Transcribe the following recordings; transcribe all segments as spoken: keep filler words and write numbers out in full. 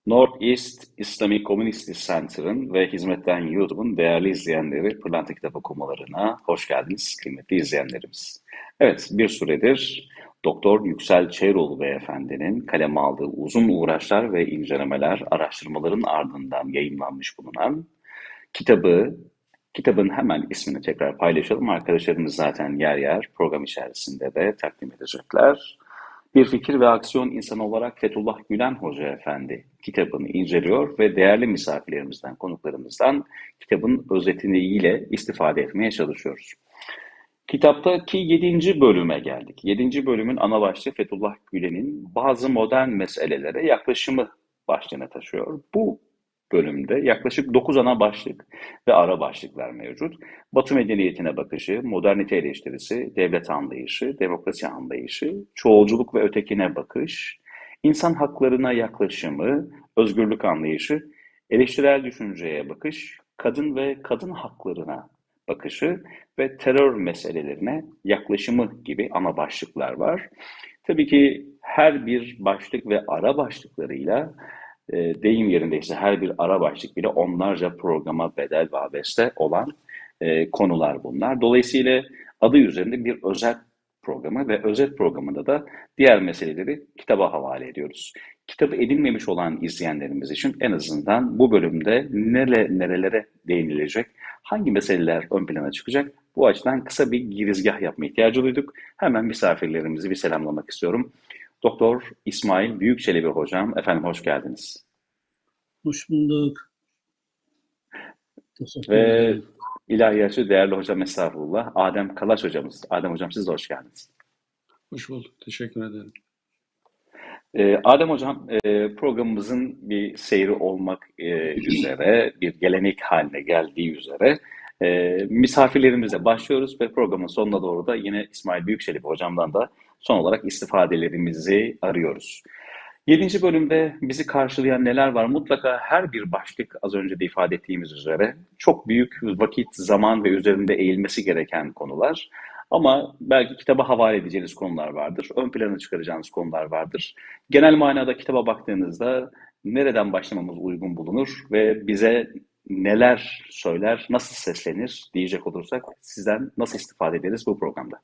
North East Islamic Community Center'ın ve Hizmetten YouTube'un değerli izleyenleri Pırlanta Kitap Okumalarına hoş geldiniz kıymetli izleyenlerimiz. Evet, bir süredir Doktor Yüksel Çayıroğlu Beyefendinin kaleme aldığı uzun uğraşlar ve incelemeler, araştırmaların ardından yayımlanmış bulunan kitabı, kitabın hemen ismini tekrar paylaşalım. Arkadaşlarımız zaten yer yer program içerisinde de takdim edecekler. Bir fikir ve aksiyon insanı olarak Fethullah Gülen Hoca Efendi kitabını inceliyor ve değerli misafirlerimizden, konuklarımızdan kitabın özetiniyle istifade etmeye çalışıyoruz. Kitaptaki yedinci bölüme geldik. Yedinci bölümün ana başlığı Fethullah Gülen'in bazı modern meselelere yaklaşımı başlığını taşıyor. Bu bölümde yaklaşık dokuz ana başlık ve ara başlıklar mevcut. Batı medeniyetine bakışı, modernite eleştirisi, devlet anlayışı, demokrasi anlayışı, çoğulculuk ve ötekine bakış, insan haklarına yaklaşımı, özgürlük anlayışı, eleştirel düşünceye bakış, kadın ve kadın haklarına bakışı ve terör meselelerine yaklaşımı gibi ana başlıklar var. Tabii ki her bir başlık ve ara başlıklarıyla e, deyim yerindeyse her bir ara başlık bile onlarca programa bedel ve abeste olan e, konular bunlar. Dolayısıyla adı üzerinde bir özet programı ve özet programında da diğer meseleleri kitaba havale ediyoruz. Kitabı edinmemiş olan izleyenlerimiz için en azından bu bölümde nere, nerelere değinilecek, hangi meseleler ön plana çıkacak? Bu açıdan kısa bir girizgah yapma ihtiyacı duyduk. Hemen misafirlerimizi bir selamlamak istiyorum. Doktor İsmail Büyükçelebi Hocam, efendim hoş geldiniz. Hoş bulduk. Teşekkür Ve ederim. ilahiyatçı değerli hocam estağfurullah, Adem Kalaç hocamız. Adem hocam siz de hoş geldiniz. Hoş bulduk. Teşekkür ederim. Ee, Adem hocam, e, programımızın bir seyri olmak e, üzere, bir gelenek haline geldiği üzere e, misafirlerimize başlıyoruz ve programın sonuna doğru da yine İsmail Büyükçelebi hocamdan da son olarak istifadelerimizi arıyoruz. Yedinci bölümde bizi karşılayan neler var? Mutlaka her bir başlık az önce de ifade ettiğimiz üzere çok büyük vakit, zaman ve üzerinde eğilmesi gereken konular. Ama belki kitaba havale edeceğiniz konular vardır. Ön plana çıkaracağınız konular vardır. Genel manada kitaba baktığınızda nereden başlamamız uygun bulunur ve bize neler söyler, nasıl seslenir diyecek olursak sizden nasıl istifade ederiz bu programda?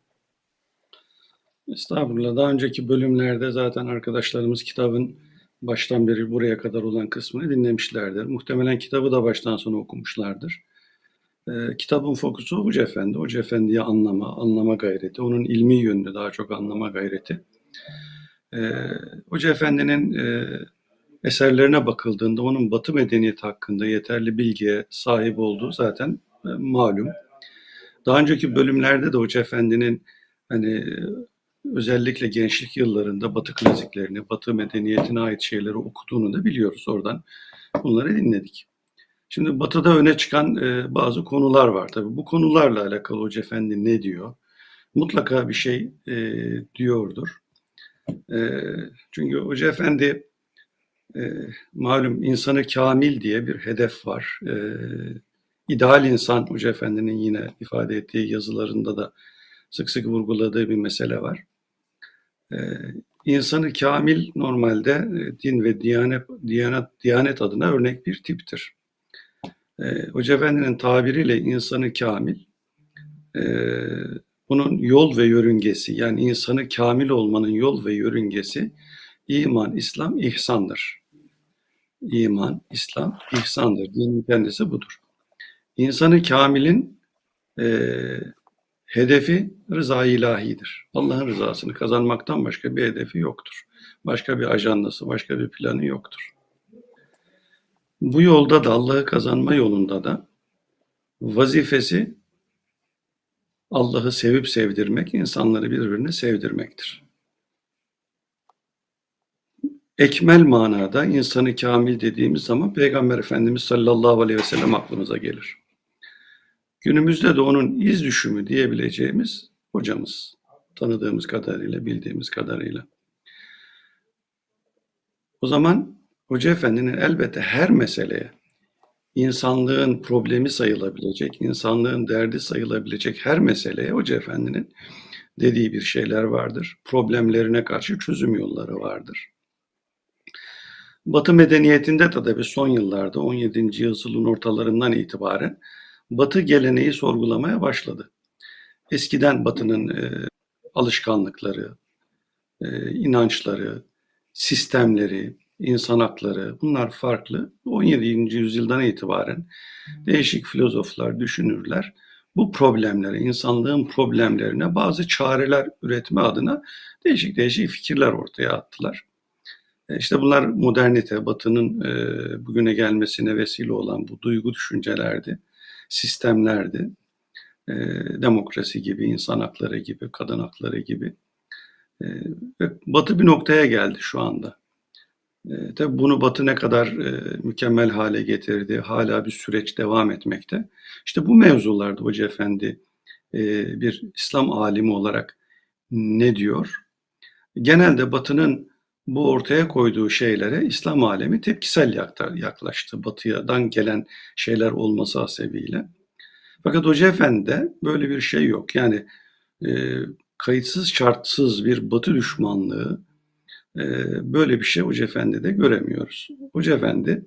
Estağfurullah. Daha önceki bölümlerde zaten arkadaşlarımız kitabın baştan beri buraya kadar olan kısmını dinlemişlerdir. Muhtemelen kitabı da baştan sona okumuşlardır. Ee, kitabın fokusu Hoca Efendi. Hoca Efendi'yi anlama, anlama gayreti. Onun ilmi yönünü daha çok anlama gayreti. Ee, Hoca Efendi'nin e, eserlerine bakıldığında onun Batı medeniyeti hakkında yeterli bilgiye sahip olduğu zaten e, malum. Daha önceki bölümlerde de Hoca Efendi'nin hani özellikle gençlik yıllarında Batı klasiklerini, Batı medeniyetine ait şeyleri okuduğunu da biliyoruz oradan. Bunları dinledik. Şimdi Batı'da öne çıkan e, bazı konular var. Tabii bu konularla alakalı Hoca Efendi ne diyor? Mutlaka bir şey e, diyordur. E, çünkü Hoca Efendi e, malum insanı kamil diye bir hedef var. E, ideal insan Hoca Efendi'nin yine ifade ettiği yazılarında da sık sık vurguladığı bir mesele var. Ee, insanı kamil normalde e, din ve diyanet, diyanet, diyanet adına örnek bir tiptir. Ee, Hoca Efendi'nin tabiriyle insanı kamil, e, bunun yol ve yörüngesi yani insanı kamil olmanın yol ve yörüngesi iman, İslam, ihsandır. İman, İslam, ihsandır. Dinin kendisi budur. İnsanı kamilin e, hedefi rıza-i ilahidir. Allah'ın rızasını kazanmaktan başka bir hedefi yoktur. Başka bir ajandası, başka bir planı yoktur. Bu yolda da Allah'ı kazanma yolunda da vazifesi Allah'ı sevip sevdirmek, insanları birbirine sevdirmektir. Ekmel manada insanı kamil dediğimiz zaman Peygamber Efendimiz sallallahu aleyhi ve sellem aklımıza gelir. Günümüzde de onun iz düşümü diyebileceğimiz hocamız. Tanıdığımız kadarıyla, bildiğimiz kadarıyla. O zaman Hoca Efendi'nin elbette her meseleye, insanlığın problemi sayılabilecek, insanlığın derdi sayılabilecek her meseleye Hoca Efendi'nin dediği bir şeyler vardır. Problemlerine karşı çözüm yolları vardır. Batı medeniyetinde de tabii son yıllarda on yedinci yüzyılın ortalarından itibaren Batı geleneği sorgulamaya başladı. Eskiden Batı'nın e, alışkanlıkları, e, inançları, sistemleri, insan hakları bunlar farklı. on yedinci yüzyıldan itibaren değişik filozoflar, düşünürler bu problemlere, insanlığın problemlerine bazı çareler üretme adına değişik değişik fikirler ortaya attılar. E, İşte bunlar modernite, Batı'nın e, bugüne gelmesine vesile olan bu duygu düşüncelerdi, sistemlerdi. E, Demokrasi gibi, insan hakları gibi, kadın hakları gibi. E, ve Batı bir noktaya geldi şu anda. E, tabii bunu Batı ne kadar e, mükemmel hale getirdi, hala bir süreç devam etmekte. İşte bu mevzularda Hoca Efendi e, bir İslam alimi olarak ne diyor? Genelde Batı'nın bu ortaya koyduğu şeylere İslam alemi tepkisel yaklaştı. Batı'dan gelen şeyler olması hasebiyle. Fakat Hoca Efendi'de böyle bir şey yok. Yani e, kayıtsız şartsız bir Batı düşmanlığı, e, böyle bir şey Hoca Efendi'de göremiyoruz. Hoca Efendi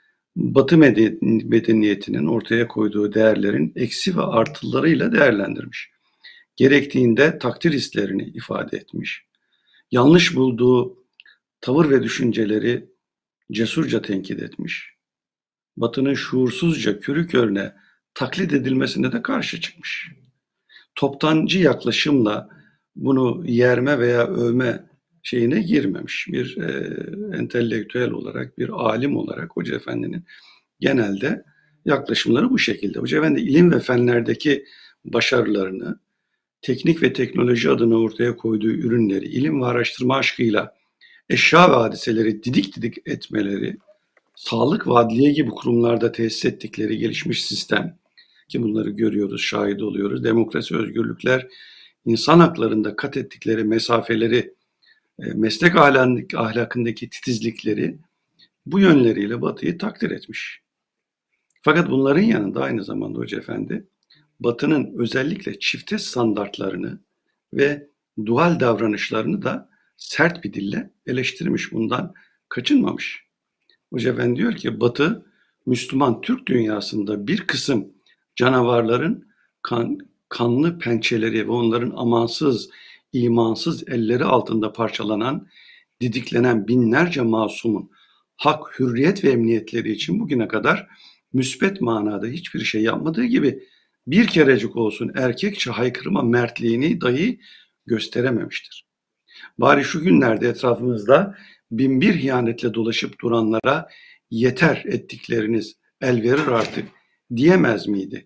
Batı medeniyetinin ortaya koyduğu değerlerin eksi ve artılarıyla değerlendirmiş. Gerektiğinde takdir hislerini ifade etmiş. Yanlış bulduğu tavır ve düşünceleri cesurca tenkit etmiş. Batı'nın şuursuzca körü körüne taklit edilmesine de karşı çıkmış. Toptancı yaklaşımla bunu yerme veya övme şeyine girmemiş. Bir e, entelektüel olarak, bir alim olarak Hoca Efendi'nin genelde yaklaşımları bu şekilde. Hoca Efendi ilim ve fenlerdeki başarılarını, teknik ve teknoloji adına ortaya koyduğu ürünleri, ilim ve araştırma aşkıyla eşya ve hadiseleri didik didik etmeleri, sağlık ve adliye gibi kurumlarda tesis ettikleri gelişmiş sistem, ki bunları görüyoruz, şahit oluyoruz, demokrasi, özgürlükler, insan haklarında kat ettikleri mesafeleri, e, meslek ahlakındaki titizlikleri bu yönleriyle Batı'yı takdir etmiş. Fakat bunların yanında aynı zamanda Hoca Efendi, Batı'nın özellikle çifte standartlarını ve dual davranışlarını da sert bir dille eleştirmiş, bundan kaçınmamış. Hoca Efendi diyor ki Batı, Müslüman Türk dünyasında bir kısım canavarların kan, kanlı pençeleri ve onların amansız, imansız elleri altında parçalanan, didiklenen binlerce masumun hak, hürriyet ve emniyetleri için bugüne kadar müspet manada hiçbir şey yapmadığı gibi bir kerecik olsun erkekçe haykırma mertliğini dahi gösterememiştir. Bari şu günlerde etrafımızda bin bir hiyanetle dolaşıp duranlara yeter ettikleriniz el verir artık diyemez miydi?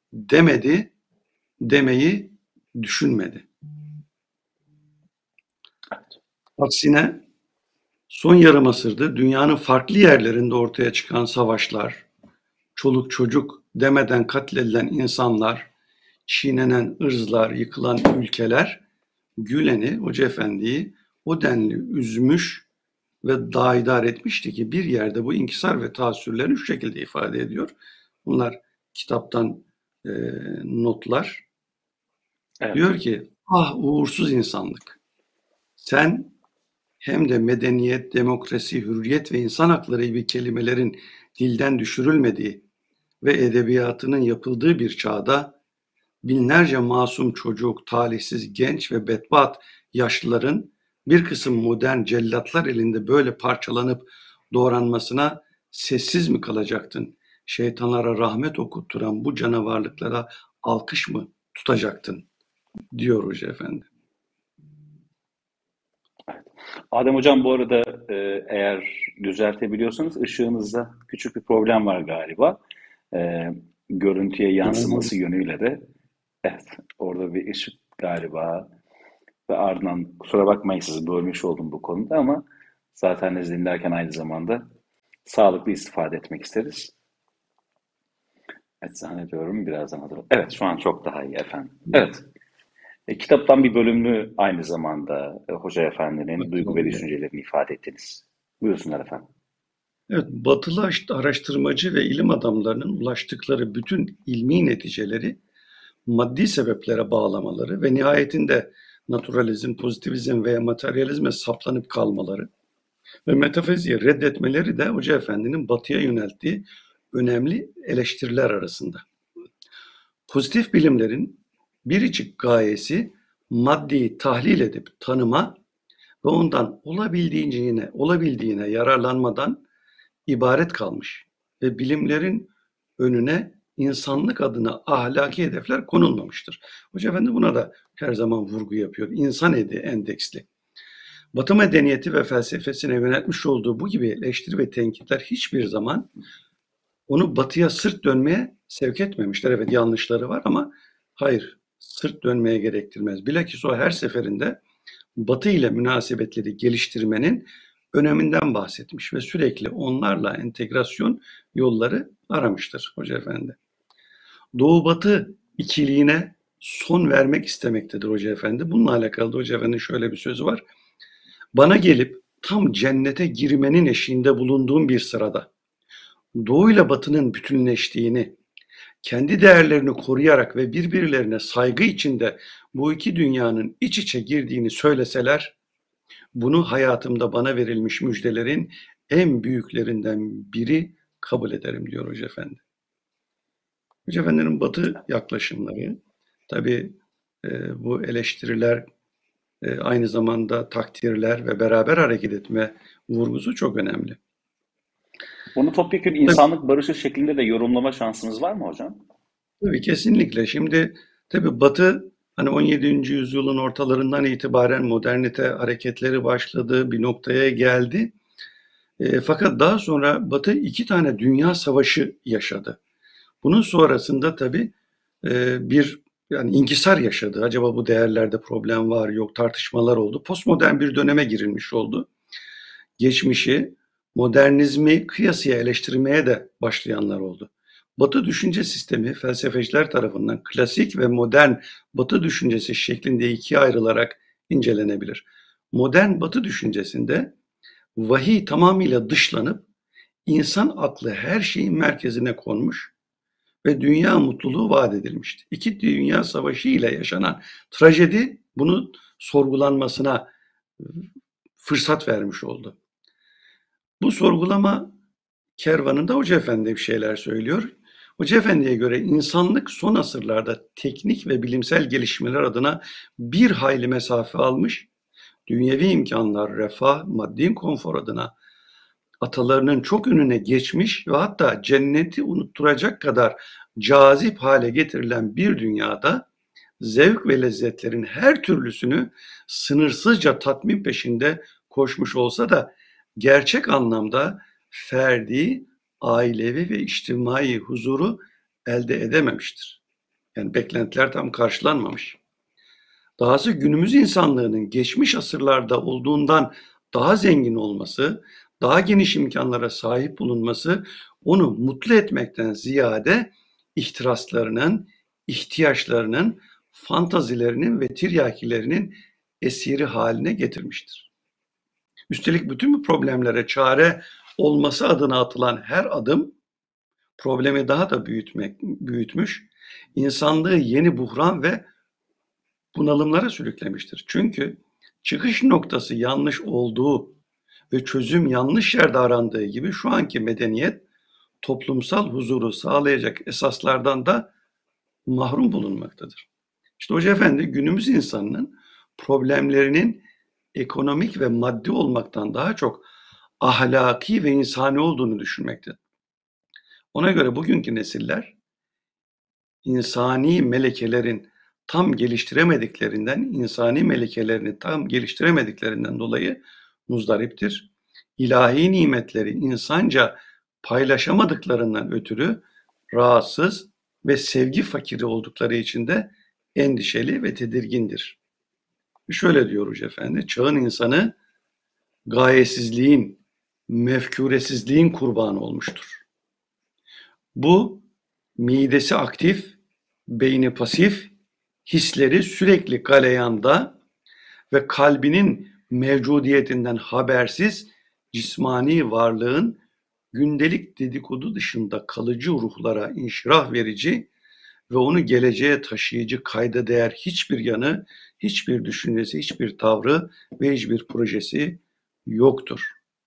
Demedi, demeyi düşünmedi. Aksine son yarım asırda dünyanın farklı yerlerinde ortaya çıkan savaşlar, çoluk çocuk demeden katledilen insanlar, çiğnenen ırzlar, yıkılan ülkeler Gülen'i, Hoca Efendi'yi o denli üzmüş ve daidar etmişti ki bir yerde bu inkisar ve tahassürlerini şu şekilde ifade ediyor. Bunlar kitaptan e, notlar. Evet. Diyor ki, ah uğursuz insanlık. Sen hem de medeniyet, demokrasi, hürriyet ve insan hakları gibi kelimelerin dilden düşürülmediği ve edebiyatının yapıldığı bir çağda binlerce masum çocuk, talihsiz genç ve bedbaht yaşlıların bir kısım modern cellatlar elinde böyle parçalanıp doğranmasına sessiz mi kalacaktın? Şeytanlara rahmet okutturan bu canavarlıklara alkış mı tutacaktın? Diyor Hoca Efendi. Adem Hocam, bu arada e, eğer düzeltebiliyorsanız ışığınızda küçük bir problem var galiba. E, görüntüye yansıması yönüyle de. Evet, orada bir ışık galiba. Ve ardından kusura bakmayın sizi bölmüş oldum bu konuda ama zaten biz dinlerken aynı zamanda sağlıklı istifade etmek isteriz. Evet, zannediyorum birazdan hatırladım. Evet, şu an çok daha iyi efendim. Evet. E, kitaptan bir bölümünü aynı zamanda e, Hoca Efendi'nin duygu ve düşüncelerini ifade ettiniz. Buyursunlar efendim. Evet, batılı araştırmacı ve ilim adamlarının ulaştıkları bütün ilmi neticeleri maddi sebeplere bağlamaları ve nihayetinde naturalizm, pozitivizm veya materyalizme saplanıp kalmaları, Ve metafiziği reddetmeleri de Hoca Efendi'nin Batı'ya yönelttiği önemli eleştiriler arasında. Pozitif bilimlerin biricik gayesi maddeyi tahlil edip tanıma ve ondan olabildiğine, olabildiğine yararlanmadan ibaret kalmış ve bilimlerin önüne insanlık adına ahlaki hedefler konulmamıştır. Hoca Efendi buna da her zaman vurgu yapıyor. İnsan edi endeksli. Batı medeniyeti ve felsefesine yöneltmiş olduğu bu gibi eleştiri ve tenkitler hiçbir zaman onu batıya sırt dönmeye sevk etmemişler. Evet, yanlışları var ama hayır, sırt dönmeye gerektirmez. Bilakis o her seferinde Batı ile münasebetleri geliştirmenin öneminden bahsetmiş ve sürekli onlarla entegrasyon yolları aramıştır Hoca Efendi. Doğu-Batı ikiliğine son vermek istemektedir Hoca Efendi. Bununla alakalı da Hoca Efendi'nin şöyle bir sözü var. Bana gelip tam cennete girmenin eşiğinde bulunduğum bir sırada Doğu ile Batı'nın bütünleştiğini, kendi değerlerini koruyarak ve birbirlerine saygı içinde bu iki dünyanın iç içe girdiğini söyleseler, bunu hayatımda bana verilmiş müjdelerin en büyüklerinden biri kabul ederim diyor Hoca Efendi. Hoca Efendi'nin Batı yaklaşımları, tabii e, bu eleştiriler, e, aynı zamanda takdirler ve beraber hareket etme vurgusu çok önemli. Bunu topyekün Tabii, insanlık barışı şeklinde de yorumlama şansınız var mı hocam? tabii kesinlikle. Şimdi tabii Batı hani on yedinci yüzyılın ortalarından itibaren modernite hareketleri başladı, bir noktaya geldi. E, fakat daha sonra Batı iki tane dünya savaşı yaşadı. Bunun sonrasında tabii e, bir yani inkisar yaşadı. Acaba bu değerlerde problem var, yok tartışmalar oldu. Postmodern bir döneme girilmiş oldu. Geçmişi, modernizmi kıyasıya eleştirmeye de başlayanlar oldu. Batı düşünce sistemi felsefeciler tarafından klasik ve modern Batı düşüncesi şeklinde ikiye ayrılarak incelenebilir. Modern Batı düşüncesinde vahiy tamamıyla dışlanıp insan aklı her şeyin merkezine konmuş ve dünya mutluluğu vaat edilmişti. İki Dünya Savaşı ile yaşanan trajedi bunun sorgulanmasına fırsat vermiş oldu. Bu sorgulama kervanında Hoca Efendi bir şeyler söylüyor. Hoca Efendi'ye göre insanlık son asırlarda teknik ve bilimsel gelişmeler adına bir hayli mesafe almış, dünyevi imkanlar, refah, maddi konfor adına atalarının çok önüne geçmiş ve hatta cenneti unutturacak kadar cazip hale getirilen bir dünyada zevk ve lezzetlerin her türlüsünü sınırsızca tatmin peşinde koşmuş olsa da gerçek anlamda ferdi, ailevi ve içtimai huzuru elde edememiştir. Yani beklentiler tam karşılanmamış. Dahası günümüz insanlığının geçmiş asırlarda olduğundan daha zengin olması, daha geniş imkanlara sahip bulunması onu mutlu etmekten ziyade ihtiraslarının, ihtiyaçlarının, fantazilerinin ve tiryakilerinin esiri haline getirmiştir. Üstelik bütün bu problemlere çare olması adına atılan her adım problemi daha da büyütmek, büyütmüş, insanlığı yeni buhran ve bunalımlara sürüklemiştir. Çünkü çıkış noktası yanlış olduğu ve çözüm yanlış yerde arandığı gibi şu anki medeniyet toplumsal huzuru sağlayacak esaslardan da mahrum bulunmaktadır. İşte Hoca Efendi günümüz insanının problemlerinin ekonomik ve maddi olmaktan daha çok ahlaki ve insani olduğunu düşünmektedir. Ona göre bugünkü nesiller insani melekelerin tam geliştiremediklerinden, insani melekelerini tam geliştiremediklerinden dolayı muzdariptir. İlahi nimetleri insanca paylaşamadıklarından ötürü rahatsız ve sevgi fakiri oldukları için de endişeli ve tedirgindir. Şöyle diyor Hoca Efendi, çağın insanı gayesizliğin, mefkûresizliğin kurbanı olmuştur. Bu midesi aktif, beyni pasif, hisleri sürekli galeyanda ve kalbinin mevcudiyetinden habersiz cismani varlığın gündelik dedikodu dışında kalıcı ruhlara inşirah verici ve onu geleceğe taşıyıcı kayda değer hiçbir yanı, hiçbir düşüncesi, hiçbir tavrı ve hiçbir projesi yoktur.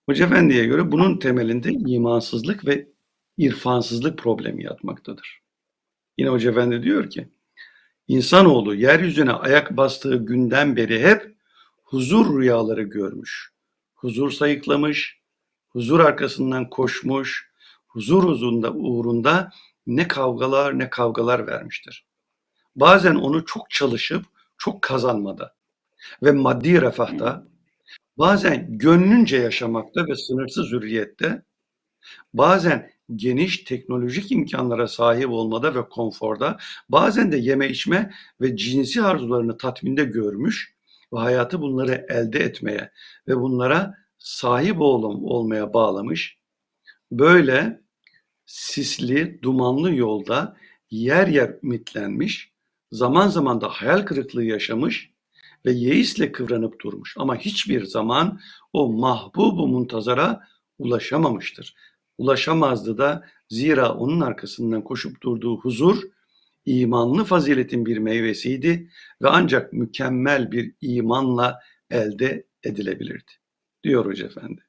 Hoca Efendi'ye göre bunun temelinde imansızlık ve irfansızlık problemi yatmaktadır. Yine Hoca Efendi diyor ki, insanoğlu yeryüzüne ayak bastığı günden beri hep huzur rüyaları görmüş, huzur sayıklamış, huzur arkasından koşmuş, huzur huzurunda uğrunda ne kavgalar ne kavgalar vermiştir. Bazen onu çok çalışıp çok kazanmada ve maddi refahta, bazen gönlünce yaşamakta ve sınırsız hürriyette, bazen geniş teknolojik imkanlara sahip olmada ve konforda, bazen de yeme içme ve cinsi arzularını tatminde görmüş ve hayatı bunları elde etmeye ve bunlara sahip ol olmaya bağlamış. Böyle sisli, dumanlı yolda yer yer ümitlenmiş, zaman zaman da hayal kırıklığı yaşamış ve yeisle kıvranıp durmuş. Ama hiçbir zaman o mahbub-u muntazara ulaşamamıştır. Ulaşamazdı da, zira onun arkasından koşup durduğu huzur, imanlı faziletin bir meyvesiydi ve ancak mükemmel bir imanla elde edilebilirdi, diyor Hoca Efendi.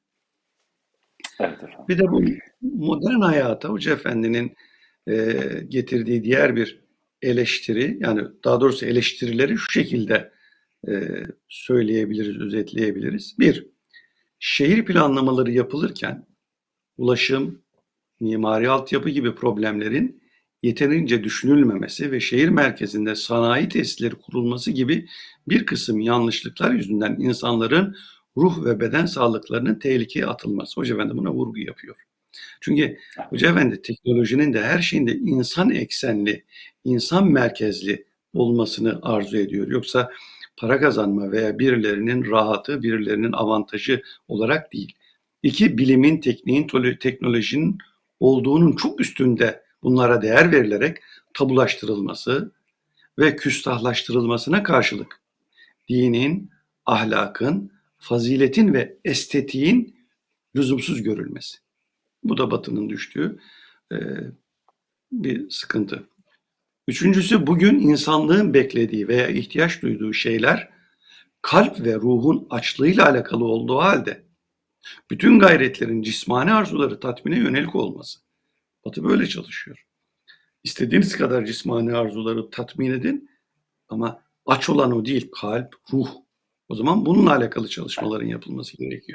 Evet efendim. Bir de bu modern hayata Hoca Efendi'nin e, getirdiği diğer bir eleştiri, yani daha doğrusu eleştirileri şu şekilde e, söyleyebiliriz, özetleyebiliriz. Bir, şehir planlamaları yapılırken ulaşım, mimari altyapı gibi problemlerin yeterince düşünülmemesi ve şehir merkezinde sanayi tesisleri kurulması gibi bir kısım yanlışlıklar yüzünden insanların ruh ve beden sağlıklarının tehlikeye atılması. Hoca Efendi buna vurgu yapıyor. Çünkü Hoca Efendi teknolojinin de her şeyinde insan eksenli, insan merkezli olmasını arzu ediyor. Yoksa para kazanma veya birilerinin rahatı, birilerinin avantajı olarak değil. İki, bilimin, tekniğin, teknolojinin olduğunun çok üstünde bunlara değer verilerek tabulaştırılması ve küstahlaştırılmasına karşılık dinin, ahlakın, faziletin ve estetiğin lüzumsuz görülmesi. Bu da Batı'nın düştüğü e, bir sıkıntı. Üçüncüsü, bugün insanlığın beklediği veya ihtiyaç duyduğu şeyler kalp ve ruhun açlığıyla alakalı olduğu halde bütün gayretlerin cismani arzuları tatmine yönelik olması. Batı böyle çalışıyor. İstediğiniz kadar cismani arzuları tatmin edin ama aç olan o değil, kalp, ruh. O zaman bununla alakalı çalışmaların yapılması gerekiyor.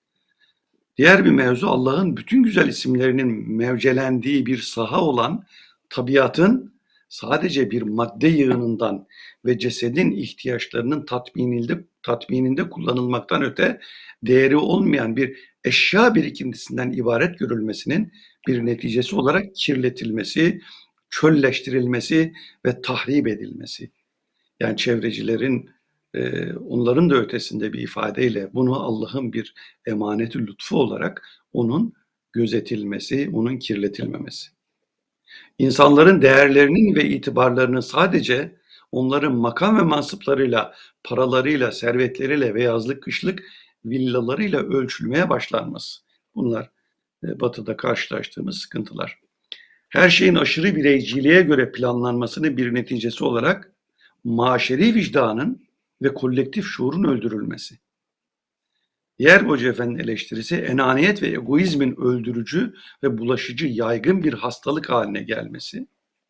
Diğer bir mevzu, Allah'ın bütün güzel isimlerinin mevcelendiği bir saha olan tabiatın sadece bir madde yığınından ve cesedin ihtiyaçlarının tatmininde, tatmininde kullanılmaktan öte değeri olmayan bir eşya birikintisinden ibaret görülmesinin bir neticesi olarak kirletilmesi, çölleştirilmesi ve tahrip edilmesi. Yani çevrecilerin, e, onların da ötesinde bir ifadeyle bunu Allah'ın bir emaneti lütfu olarak onun gözetilmesi, onun kirletilmemesi. İnsanların değerlerinin ve itibarlarının sadece onların makam ve mansıplarıyla, paralarıyla, servetleriyle ve yazlık kışlık villalarıyla ölçülmeye başlanması. Bunlar e, Batı'da karşılaştığımız sıkıntılar. Her şeyin aşırı bireyciliğe göre planlanmasının bir neticesi olarak maşeri vicdanın ve kolektif şuurun öldürülmesi. Diğer Hoca Efendi'nin eleştirisi, enaniyet ve egoizmin öldürücü ve bulaşıcı yaygın bir hastalık haline gelmesi,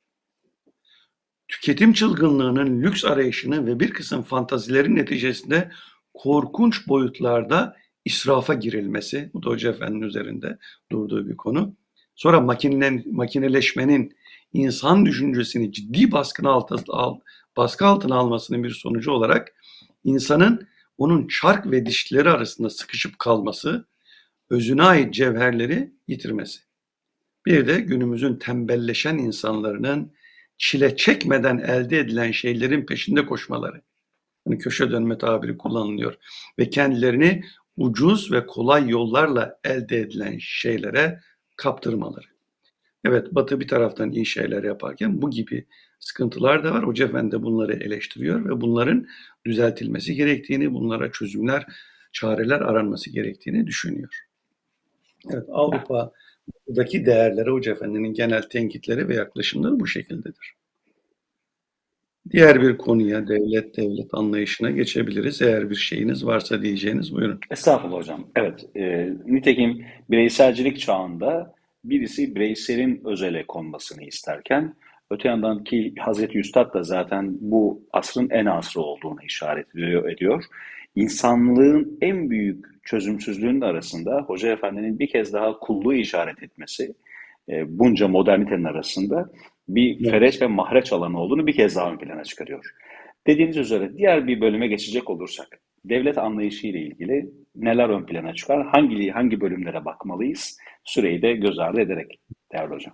tüketim çılgınlığının, lüks arayışının ve bir kısım fantazilerin neticesinde korkunç boyutlarda israfa girilmesi, bu da Hoca Efendi'nin üzerinde durduğu bir konu. Sonra makine, makineleşmenin insan düşüncesini ciddi baskına altına, al, baskı altına almasının bir sonucu olarak insanın onun çark ve dişleri arasında sıkışıp kalması, özüne ait cevherleri yitirmesi. Bir de günümüzün tembelleşen insanların çile çekmeden elde edilen şeylerin peşinde koşmaları. Hani köşe dönme tabiri kullanılıyor ve kendilerini ucuz ve kolay yollarla elde edilen şeylere kaptırmaları. Evet, Batı bir taraftan iyi şeyler yaparken bu gibi sıkıntılar da var. Hoca Efendi de bunları eleştiriyor ve bunların düzeltilmesi gerektiğini, bunlara çözümler, çareler aranması gerektiğini düşünüyor. Evet, Avrupa'daki değerlere Hoca Efendi'nin genel tenkitleri ve yaklaşımları bu şekildedir. Diğer bir konuya, devlet devlet anlayışına geçebiliriz. Eğer bir şeyiniz varsa diyeceğiniz buyurun. Estağfurullah hocam. Evet, e, nitekim bireyselcilik çağında birisi bireyselin özele konmasını isterken, öte yandan ki Hazreti Üstad da zaten bu asrın en asrı olduğuna işaret ediyor. ediyor. İnsanlığın en büyük çözümsüzlüğünün arasında Hoca Efendi'nin bir kez daha kulluğu işaret etmesi, e, bunca modernitenin arasında bir Evet. fereç ve mahreç alanı olduğunu bir kez daha ön plana çıkarıyor. Dediğiniz üzere diğer bir bölüme geçecek olursak, devlet anlayışı ile ilgili neler ön plana çıkar, hangi hangi bölümlere bakmalıyız, süreyi de göz ardı ederek değerli hocam.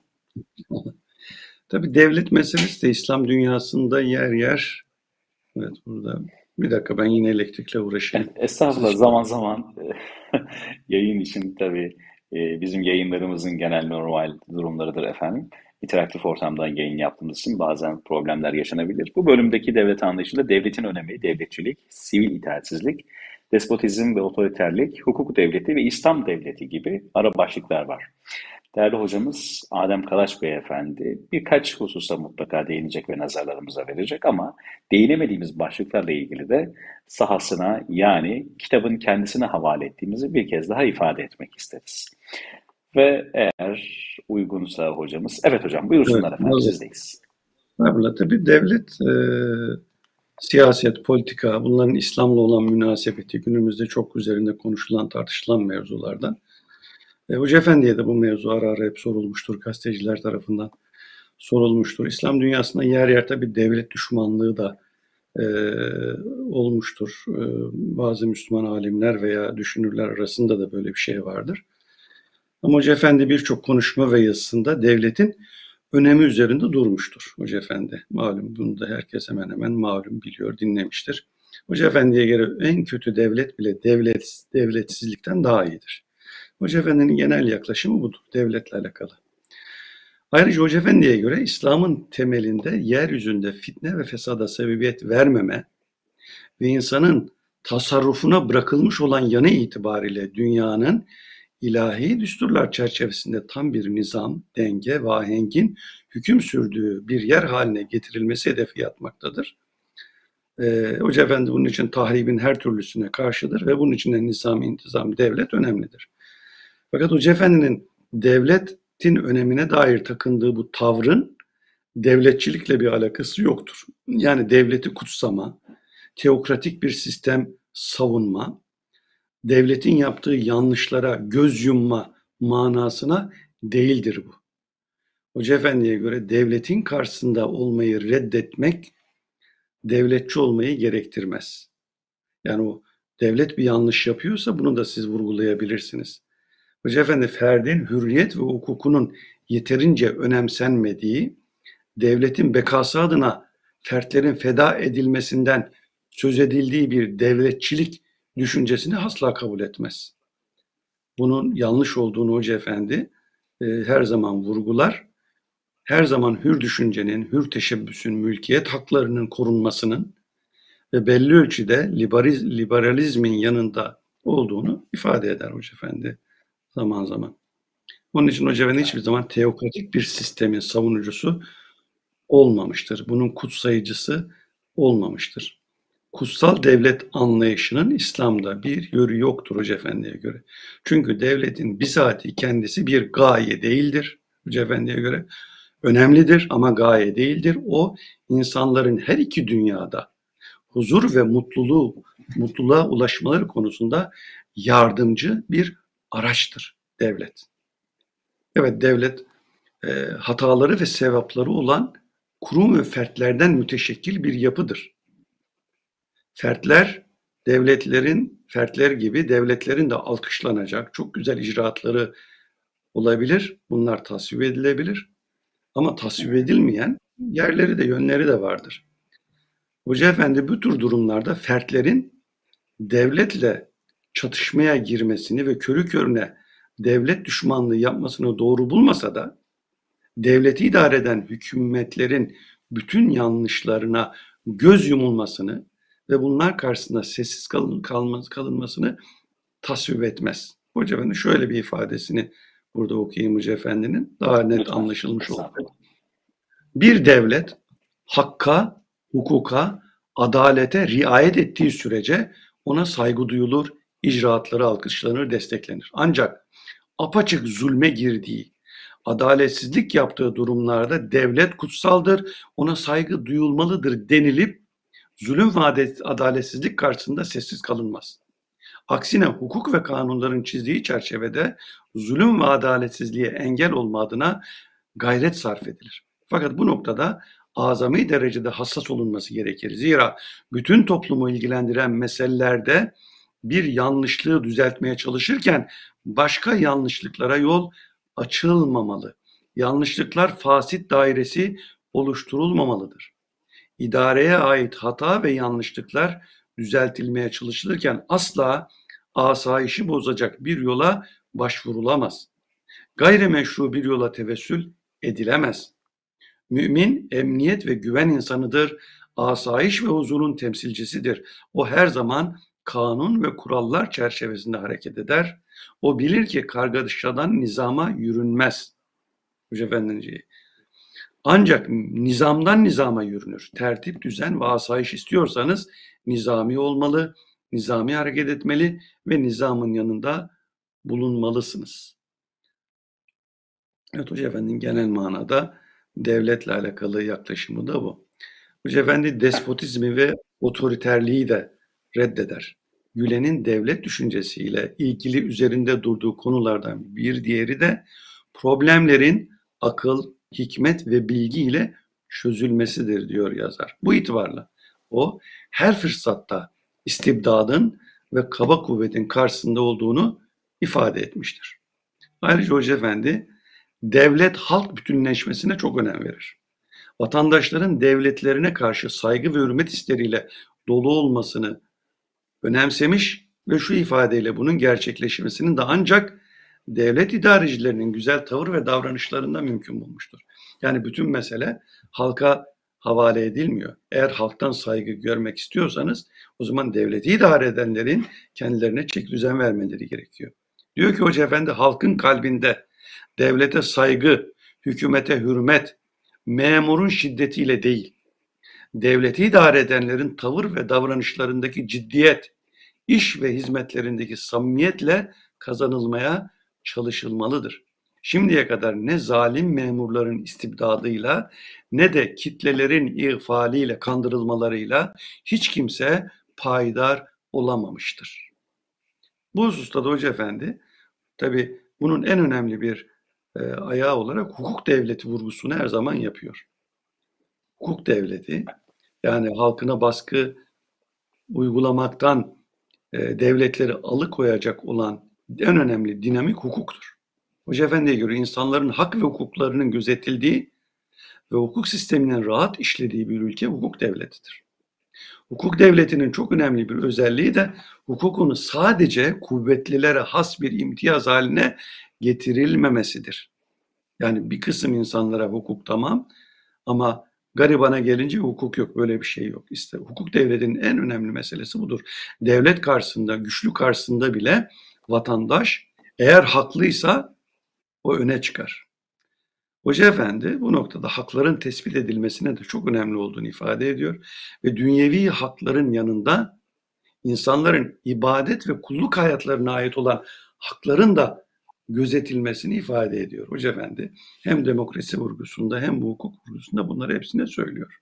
Tabii devlet meselesi de İslam dünyasında yer yer. Evet, burada bir dakika, ben yine elektrikle uğraşayım. Siz Estağfurullah, şey zaman zaman yayın için tabii e, bizim yayınlarımızın genel normal durumlarıdır efendim. İnteraktif ortamdan yayın yaptığımız için bazen problemler yaşanabilir. Bu bölümdeki devlet anlayışında devletin önemi, devletçilik, sivil itaatsizlik, despotizm ve otoriterlik, hukuk devleti ve İslam devleti gibi ara başlıklar var. Değerli hocamız Adem Kalaç Beyefendi birkaç hususa mutlaka değinecek ve nazarlarımıza verecek ama değinemediğimiz başlıklarla ilgili de sahasına yani kitabın kendisine havale ettiğimizi bir kez daha ifade etmek isteriz. Ve eğer uygunsa hocamız, evet hocam evet, buyursunlar efendim hazır. sizdeyiz. Tabii, tabii devlet, e, siyaset, politika, bunların İslam'la olan münasebeti günümüzde çok üzerinde konuşulan, tartışılan mevzulardan. E, Hoca Efendi'ye de bu mevzu ara ara hep sorulmuştur, gazeteciler tarafından sorulmuştur. İslam dünyasında yer yer tabii devlet düşmanlığı da e, olmuştur. E, bazı Müslüman alimler veya düşünürler arasında da böyle bir şey vardır. Ama Hoca Efendi birçok konuşma ve yazısında devletin önemi üzerinde durmuştur Hoca Efendi. Malum, bunu da herkes hemen hemen malum biliyor, dinlemiştir. Hoca Efendi'ye göre en kötü devlet bile devlet devletsizlikten daha iyidir. Hoca Efendi'nin genel yaklaşımı budur, devletle alakalı. Ayrıca Hoca Efendi'ye göre İslam'ın temelinde yeryüzünde fitne ve fesada sebebiyet vermeme ve insanın tasarrufuna bırakılmış olan yanı itibariyle dünyanın ilahi düsturlar çerçevesinde tam bir nizam, denge ve ahengin hüküm sürdüğü bir yer haline getirilmesi hedefi yatmaktadır. Ee, Hoca Efendi bunun için tahribin her türlüsüne karşıdır ve bunun için de nizam, intizam, devlet önemlidir. Fakat Hoca Efendi'nin devletin önemine dair takındığı bu tavrın devletçilikle bir alakası yoktur. Yani devleti kutsama, teokratik bir sistem savunma, devletin yaptığı yanlışlara göz yumma manasına değildir bu. Hoca Efendi'ye göre devletin karşısında olmayı reddetmek devletçi olmayı gerektirmez. Yani o devlet bir yanlış yapıyorsa bunu da siz vurgulayabilirsiniz. Hoca Efendi ferdin hürriyet ve hukukunun yeterince önemsenmediği, devletin bekası adına fertlerin feda edilmesinden söz edildiği bir devletçilik düşüncesini asla kabul etmez. Bunun yanlış olduğunu Hoca Efendi e, her zaman vurgular. Her zaman hür düşüncenin, hür teşebbüsün, mülkiyet haklarının korunmasının ve belli ölçüde liberiz, liberalizmin yanında olduğunu ifade eder Hoca Efendi zaman zaman. Onun için Hoca Efendi hiçbir zaman teokratik bir sistemin savunucusu olmamıştır. Bunun kutsayıcısı olmamıştır. Kutsal devlet anlayışının İslam'da bir yönü yoktur Hoca Efendi'ye göre. Çünkü devletin bizatihi kendisi bir gaye değildir Hoca Efendi'ye göre. Önemlidir ama gaye değildir. O insanların her iki dünyada huzur ve mutluluğu, mutluluğa ulaşmaları konusunda yardımcı bir araçtır devlet. Evet, devlet e, hataları ve sevapları olan kurum ve fertlerden müteşekkil bir yapıdır. Fertler, devletlerin, fertler gibi devletlerin de alkışlanacak çok güzel icraatları olabilir. Bunlar tasvip edilebilir. Ama tasvip edilmeyen yerleri de yönleri de vardır. Hoca Efendi bu tür durumlarda fertlerin devletle çatışmaya girmesini ve körü körüne devlet düşmanlığı yapmasını doğru bulmasa da devleti idare eden hükümetlerin bütün yanlışlarına göz yumulmasını ve bunlar karşısında sessiz kalın, kalmaz, kalınmasını tasvip etmez. Hoca Efendi şöyle bir ifadesini burada okuyayım Hoca Efendi'nin, daha net Lütfen. anlaşılmış olacak. Estağfurullah. Bir devlet hakka, hukuka, adalete riayet ettiği sürece ona saygı duyulur, icraatları alkışlanır, desteklenir. Ancak apaçık zulme girdiği, adaletsizlik yaptığı durumlarda devlet kutsaldır, ona saygı duyulmalıdır denilip zulüm ve adaletsizlik karşısında sessiz kalınmaz. Aksine hukuk ve kanunların çizdiği çerçevede zulüm ve adaletsizliğe engel olma adına gayret sarf edilir. Fakat bu noktada azami derecede hassas olunması gerekir. Zira bütün toplumu ilgilendiren meselelerde bir yanlışlığı düzeltmeye çalışırken başka yanlışlıklara yol açılmamalı. Yanlışlıklar fasit dairesi oluşturulmamalıdır. İdareye ait hata ve yanlışlıklar düzeltilmeye çalışılırken asla asayişi bozacak bir yola başvurulamaz. Gayrimeşru bir yola tevessül edilemez. Mümin, emniyet ve güven insanıdır. Asayiş ve huzurun temsilcisidir. O her zaman kanun ve kurallar çerçevesinde hareket eder. O bilir ki kargaşadan nizama yürünmez. Hoca Efendi'nin ancak nizamdan nizama yürünür. Tertip, düzen ve asayiş istiyorsanız nizami olmalı, nizami hareket etmeli ve nizamın yanında bulunmalısınız. Evet, Hoca Efendi'nin genel manada devletle alakalı yaklaşımı da bu. Hoca Efendi despotizmi ve otoriterliği de reddeder. Gülen'in devlet düşüncesiyle ilgili üzerinde durduğu konulardan bir diğeri de problemlerin akıl, hikmet ve bilgi ile çözülmesidir diyor yazar. Bu itibarla o her fırsatta istibdadın ve kaba kuvvetin karşısında olduğunu ifade etmiştir. Ayrıca Hoca Efendi devlet halk bütünleşmesine çok önem verir. Vatandaşların devletlerine karşı saygı ve hürmet hisleriyle dolu olmasını önemsemiş ve şu ifadeyle bunun gerçekleşmesinin de ancak devlet idarecilerinin güzel tavır ve davranışlarında mümkün bulmuştur. Yani bütün mesele halka havale edilmiyor. Eğer halktan saygı görmek istiyorsanız o zaman devleti idare edenlerin kendilerine çeki düzen vermeleri gerekiyor. Diyor ki Hoca Efendi halkın kalbinde devlete saygı, hükümete hürmet, memurun şiddetiyle değil, devleti idare edenlerin tavır ve davranışlarındaki ciddiyet, iş ve hizmetlerindeki samimiyetle kazanılmaya çalışılmalıdır. Şimdiye kadar ne zalim memurların istibdadıyla ne de kitlelerin ihfaliyle, kandırılmalarıyla hiç kimse payidar olamamıştır. Bu hususta da Hoca Efendi tabii bunun en önemli bir e, ayağı olarak hukuk devleti vurgusunu her zaman yapıyor. Hukuk devleti yani halkına baskı uygulamaktan e, devletleri alıkoyacak olan en önemli dinamik hukuktur. Hoca Efendi'ye göre insanların hak ve hukuklarının gözetildiği ve hukuk sisteminin rahat işlediği bir ülke hukuk devletidir. Hukuk devletinin çok önemli bir özelliği de hukukunu sadece kuvvetlilere has bir imtiyaz haline getirilmemesidir. Yani bir kısım insanlara hukuk tamam ama garibana gelince hukuk yok. Böyle bir şey yok. İşte hukuk devletinin en önemli meselesi budur. Devlet karşısında, güçlü karşısında bile vatandaş eğer haklıysa o öne çıkar. Hoca Efendi bu noktada hakların tespit edilmesine de çok önemli olduğunu ifade ediyor ve dünyevi hakların yanında insanların ibadet ve kulluk hayatlarına ait olan hakların da gözetilmesini ifade ediyor. Hoca Efendi hem demokrasi vurgusunda hem bu hukuk vurgusunda bunları hepsine söylüyor.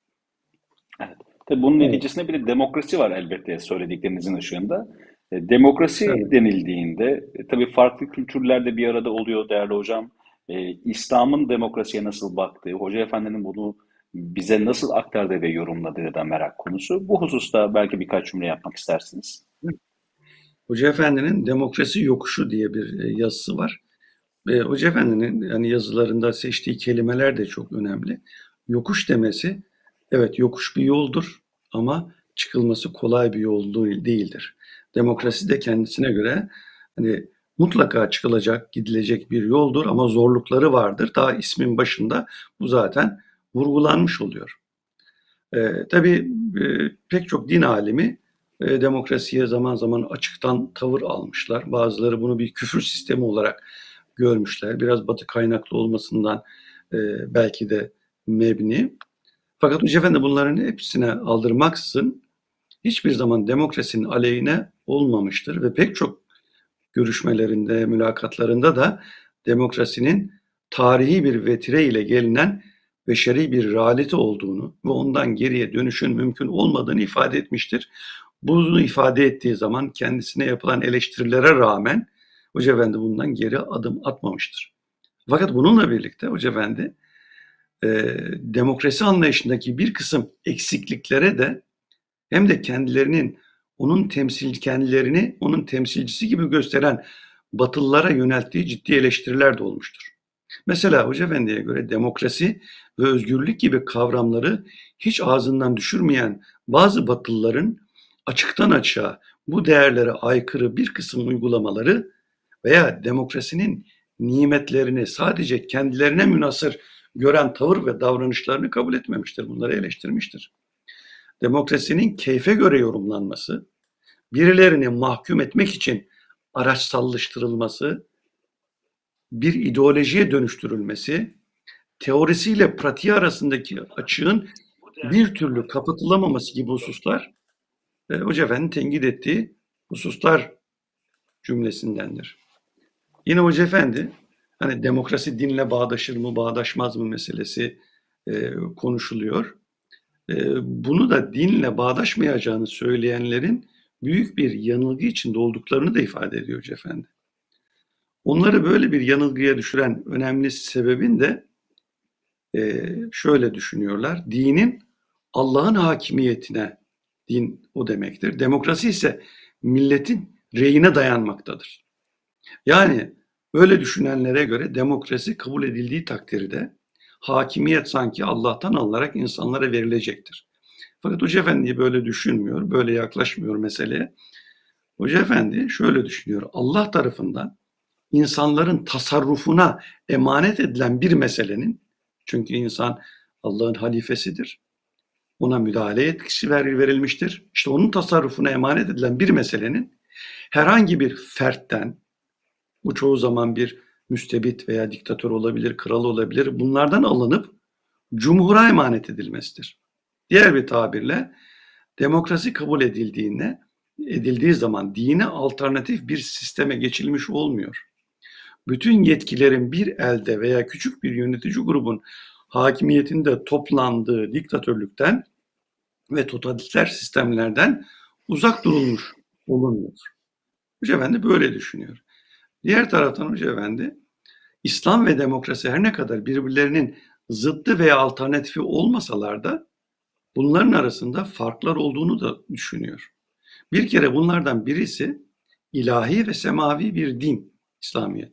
Evet. Tabii bunun Evet. neticesinde bir de demokrasi var elbette söylediklerinizin ışığında. E, demokrasi Evet. denildiğinde e, tabii farklı kültürlerde bir arada oluyor değerli hocam. E, İslam'ın demokrasiye nasıl baktığı, Hoca Efendi'nin bunu bize nasıl aktardığı ve yorumladığı da merak konusu. Bu hususta belki birkaç cümle yapmak istersiniz. Hoca Efendi'nin Demokrasi Yokuşu diye bir e, yazısı var. E, Hoca Efendi'nin yani yazılarında seçtiği kelimeler de çok önemli. Yokuş demesi, evet yokuş bir yoldur ama çıkılması kolay bir yol değildir. Demokrasi de kendisine göre hani mutlaka çıkılacak, gidilecek bir yoldur ama zorlukları vardır. Daha ismin başında bu zaten vurgulanmış oluyor. E, tabii e, pek çok din alimi e, demokrasiye zaman zaman açıktan tavır almışlar. Bazıları bunu bir küfür sistemi olarak görmüşler. Biraz Batı kaynaklı olmasından e, belki de mebni. Fakat Hoca Efendi bunların hepsine aldırmaksızın hiçbir zaman demokrasinin aleyhine olmamıştır ve pek çok görüşmelerinde, mülakatlarında da demokrasinin tarihi bir vetire ile gelinen beşeri bir realite olduğunu ve ondan geriye dönüşün mümkün olmadığını ifade etmiştir. Bunu ifade ettiği zaman kendisine yapılan eleştirilere rağmen Hoca Efendi bundan geri adım atmamıştır. Fakat bununla birlikte Hoca Efendi e, demokrasi anlayışındaki bir kısım eksikliklere de hem de kendilerinin onun temsil kendilerini onun temsilcisi gibi gösteren Batılılara yönelttiği ciddi eleştiriler de olmuştur. Mesela Hoca Efendi'ye göre demokrasi ve özgürlük gibi kavramları hiç ağzından düşürmeyen bazı Batılıların açıktan açığa bu değerlere aykırı bir kısım uygulamaları veya demokrasinin nimetlerini sadece kendilerine münhasır gören tavır ve davranışlarını kabul etmemiştir. Bunları eleştirmiştir. Demokrasinin keyfe göre yorumlanması, birilerini mahkum etmek için araçsallaştırılması, bir ideolojiye dönüştürülmesi, teorisiyle pratiği arasındaki açığın bir türlü kapatılamaması gibi hususlar e, Hoca Efendi'nin tenkit ettiği hususlar cümlesindendir. Yine Hoca Efendi hani demokrasi dinle bağdaşır mı bağdaşmaz mı meselesi e, konuşuluyor. E, bunu da dinle bağdaşmayacağını söyleyenlerin büyük bir yanılgı içinde olduklarını da ifade ediyor Hoca Efendi. Onları böyle bir yanılgıya düşüren önemli sebebin de e, şöyle düşünüyorlar. Dinin Allah'ın hakimiyetine, din o demektir. Demokrasi ise milletin reyine dayanmaktadır. Yani öyle düşünenlere göre demokrasi kabul edildiği takdirde hakimiyet sanki Allah'tan alınarak insanlara verilecektir. Fakat Hoca Efendi böyle düşünmüyor, böyle yaklaşmıyor meseleye. Hoca Efendi şöyle düşünüyor. Allah tarafından insanların tasarrufuna emanet edilen bir meselenin, çünkü insan Allah'ın halifesidir, ona müdahale etkisi verilmiştir. İşte onun tasarrufuna emanet edilen bir meselenin herhangi bir fertten, bu çoğu zaman bir müstebit veya diktatör olabilir, kral olabilir, bunlardan alınıp cumhura emanet edilmesidir. Diğer bir tabirle demokrasi kabul edildiğinde, edildiği zaman dine alternatif bir sisteme geçilmiş olmuyor. Bütün yetkilerin bir elde veya küçük bir yönetici grubun hakimiyetinde toplandığı diktatörlükten ve totaliter sistemlerden uzak durulmuş olunuyor. Hoca Efendi böyle düşünüyor. Diğer taraftan Hoca Efendi, İslam ve demokrasi her ne kadar birbirlerinin zıddı veya alternatifi olmasalar da bunların arasında farklar olduğunu da düşünüyor. Bir kere bunlardan birisi ilahi ve semavi bir din, İslamiyet.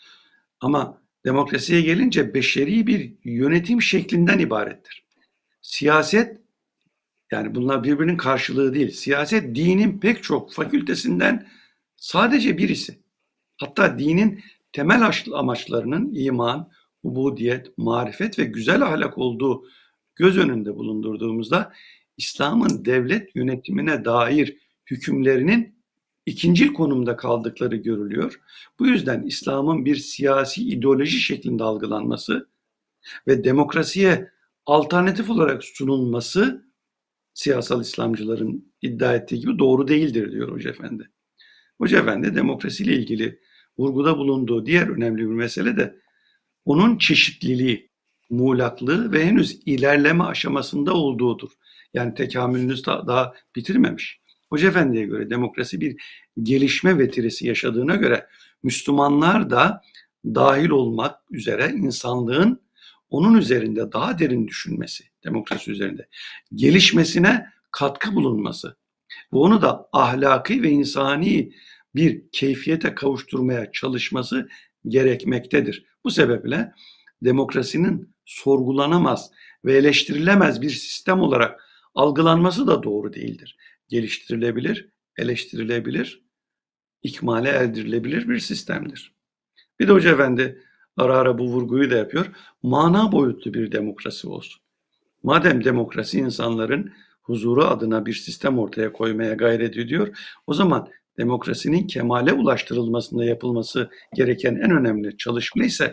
Ama demokrasiye gelince beşeri bir yönetim şeklinden ibarettir. Siyaset, yani bunlar birbirinin karşılığı değil. Siyaset dinin pek çok fakültesinden sadece birisi. Hatta dinin temel amaçlarının iman, ubudiyet, marifet ve güzel ahlak olduğu göz önünde bulundurduğumuzda İslam'ın devlet yönetimine dair hükümlerinin ikincil konumda kaldıkları görülüyor. Bu yüzden İslam'ın bir siyasi ideoloji şeklinde algılanması ve demokrasiye alternatif olarak sunulması siyasal İslamcıların iddia ettiği gibi doğru değildir diyor Hoca Efendi. Hoca Efendi demokrasiyle ilgili vurguda bulunduğu diğer önemli bir mesele de onun çeşitliliği, muğlaklığı ve henüz ilerleme aşamasında olduğudur. Yani tekamülünü daha bitirmemiş. Hoca Efendi'ye göre demokrasi bir gelişme vetiresi yaşadığına göre Müslümanlar da dahil olmak üzere insanlığın onun üzerinde daha derin düşünmesi, demokrasi üzerinde gelişmesine katkı bulunması ve onu da ahlaki ve insani bir keyfiyete kavuşturmaya çalışması gerekmektedir. Bu sebeple demokrasinin sorgulanamaz ve eleştirilemez bir sistem olarak algılanması da doğru değildir. Geliştirilebilir, eleştirilebilir, ikmale erdirilebilir bir sistemdir. Bir de Hoca Efendi ara ara bu vurguyu da yapıyor. Mana boyutlu bir demokrasi olsun. Madem demokrasi insanların huzuru adına bir sistem ortaya koymaya gayret ediyor, o zaman demokrasinin kemale ulaştırılmasında yapılması gereken en önemli çalışma ise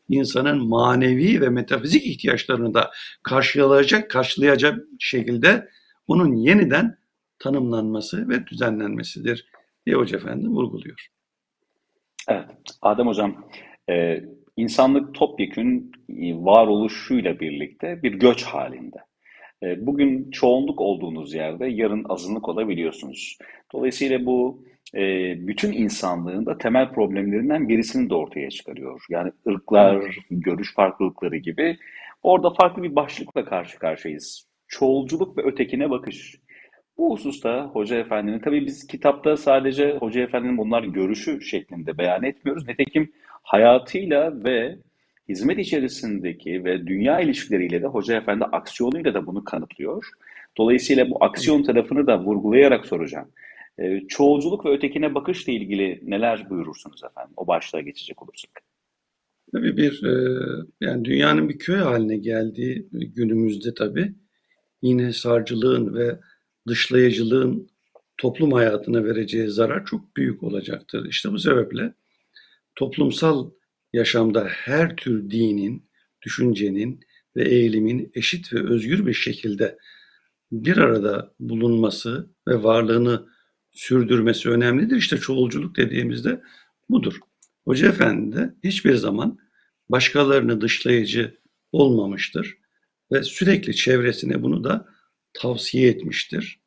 insanın manevi ve metafizik ihtiyaçlarını da karşılayacak, karşılayacak şekilde onun yeniden tanımlanması ve düzenlenmesidir diye Hoca Efendi vurguluyor. Evet, Adem Hocam, e, insanlık topyekün e, varoluşuyla birlikte bir göç halinde. E, Bugün çoğunluk olduğunuz yerde yarın azınlık olabiliyorsunuz. Dolayısıyla bu e, bütün insanlığın da temel problemlerinden birisini de ortaya çıkarıyor. Yani Evet. ırklar, görüş farklılıkları gibi orada farklı bir başlıkla karşı karşıyayız. Çoğulculuk ve ötekine bakış. Bu hususta Hoca Efendi'nin, tabii biz kitapta sadece Hoca Efendi'nin bunlar görüşü şeklinde beyan etmiyoruz. Nitekim hayatıyla ve hizmet içerisindeki ve dünya ilişkileriyle de Hoca Efendi aksiyonuyla da bunu kanıtlıyor. Dolayısıyla bu aksiyon tarafını da vurgulayarak soracağım. Ee, çoğulculuk ve ötekine bakışla ilgili neler buyurursunuz efendim? O başlığa geçecek olursak. Tabii bir e, yani dünyanın bir köy haline geldiği günümüzde tabii yine sarcılığın ve dışlayıcılığın toplum hayatına vereceği zarar çok büyük olacaktır. İşte bu sebeple toplumsal yaşamda her tür dinin, düşüncenin ve eğilimin eşit ve özgür bir şekilde bir arada bulunması ve varlığını sürdürmesi önemlidir. İşte çoğulculuk dediğimizde budur. Hoca Efendi de hiçbir zaman başkalarını dışlayıcı olmamıştır ve sürekli çevresine bunu da tavsiye etmiştir.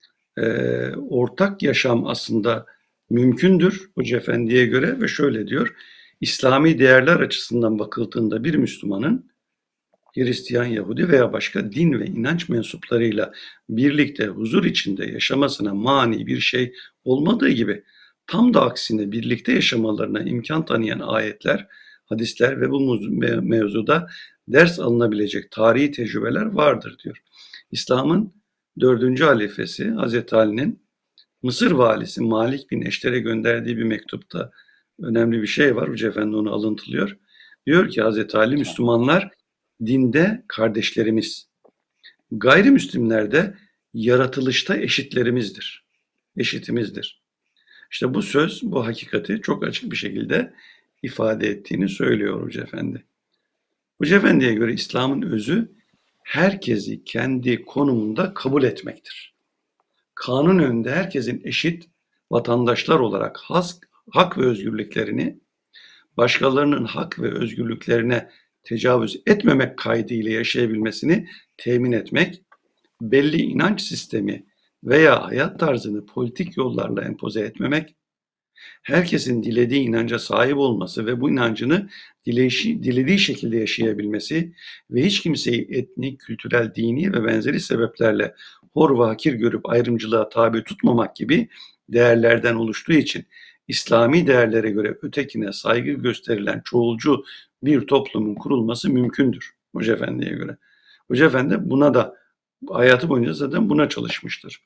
Ee, ortak yaşam aslında mümkündür Hoca Efendi'ye göre ve şöyle diyor, İslami değerler açısından bakıldığında bir Müslümanın Hristiyan, Yahudi veya başka din ve inanç mensuplarıyla birlikte huzur içinde yaşamasına mani bir şey olmadığı gibi tam da aksine birlikte yaşamalarına imkan tanıyan ayetler, hadisler ve bu mevzuda ders alınabilecek tarihi tecrübeler vardır diyor. İslam'ın dördüncü halifesi Hazreti Ali'nin Mısır valisi Malik bin Eşter'e gönderdiği bir mektupta önemli bir şey var. Hoca Efendi onu alıntılıyor. Diyor ki Hazreti Ali, Lütfen. Müslümanlar dinde kardeşlerimiz, gayrimüslimler de yaratılışta eşitlerimizdir, eşitimizdir. İşte bu söz, bu hakikati çok açık bir şekilde ifade ettiğini söylüyor Hoca Efendi. Hoca Efendi'ye göre İslam'ın özü herkesi kendi konumunda kabul etmektir. Kanun önünde herkesin eşit vatandaşlar olarak has, hak ve özgürlüklerini başkalarının hak ve özgürlüklerine tecavüz etmemek kaydıyla yaşayabilmesini temin etmek, belli inanç sistemi veya hayat tarzını politik yollarla empoze etmemek, herkesin dilediği inanca sahip olması ve bu inancını dileyişi, dilediği şekilde yaşayabilmesi ve hiç kimseyi etnik, kültürel, dini ve benzeri sebeplerle hor ve hakir görüp ayrımcılığa tabi tutmamak gibi değerlerden oluştuğu için İslami değerlere göre ötekine saygı gösterilen çoğulcu bir toplumun kurulması mümkündür Hoca Efendi'ye göre. Hoca Efendi buna da hayatı boyunca zaten buna çalışmıştır.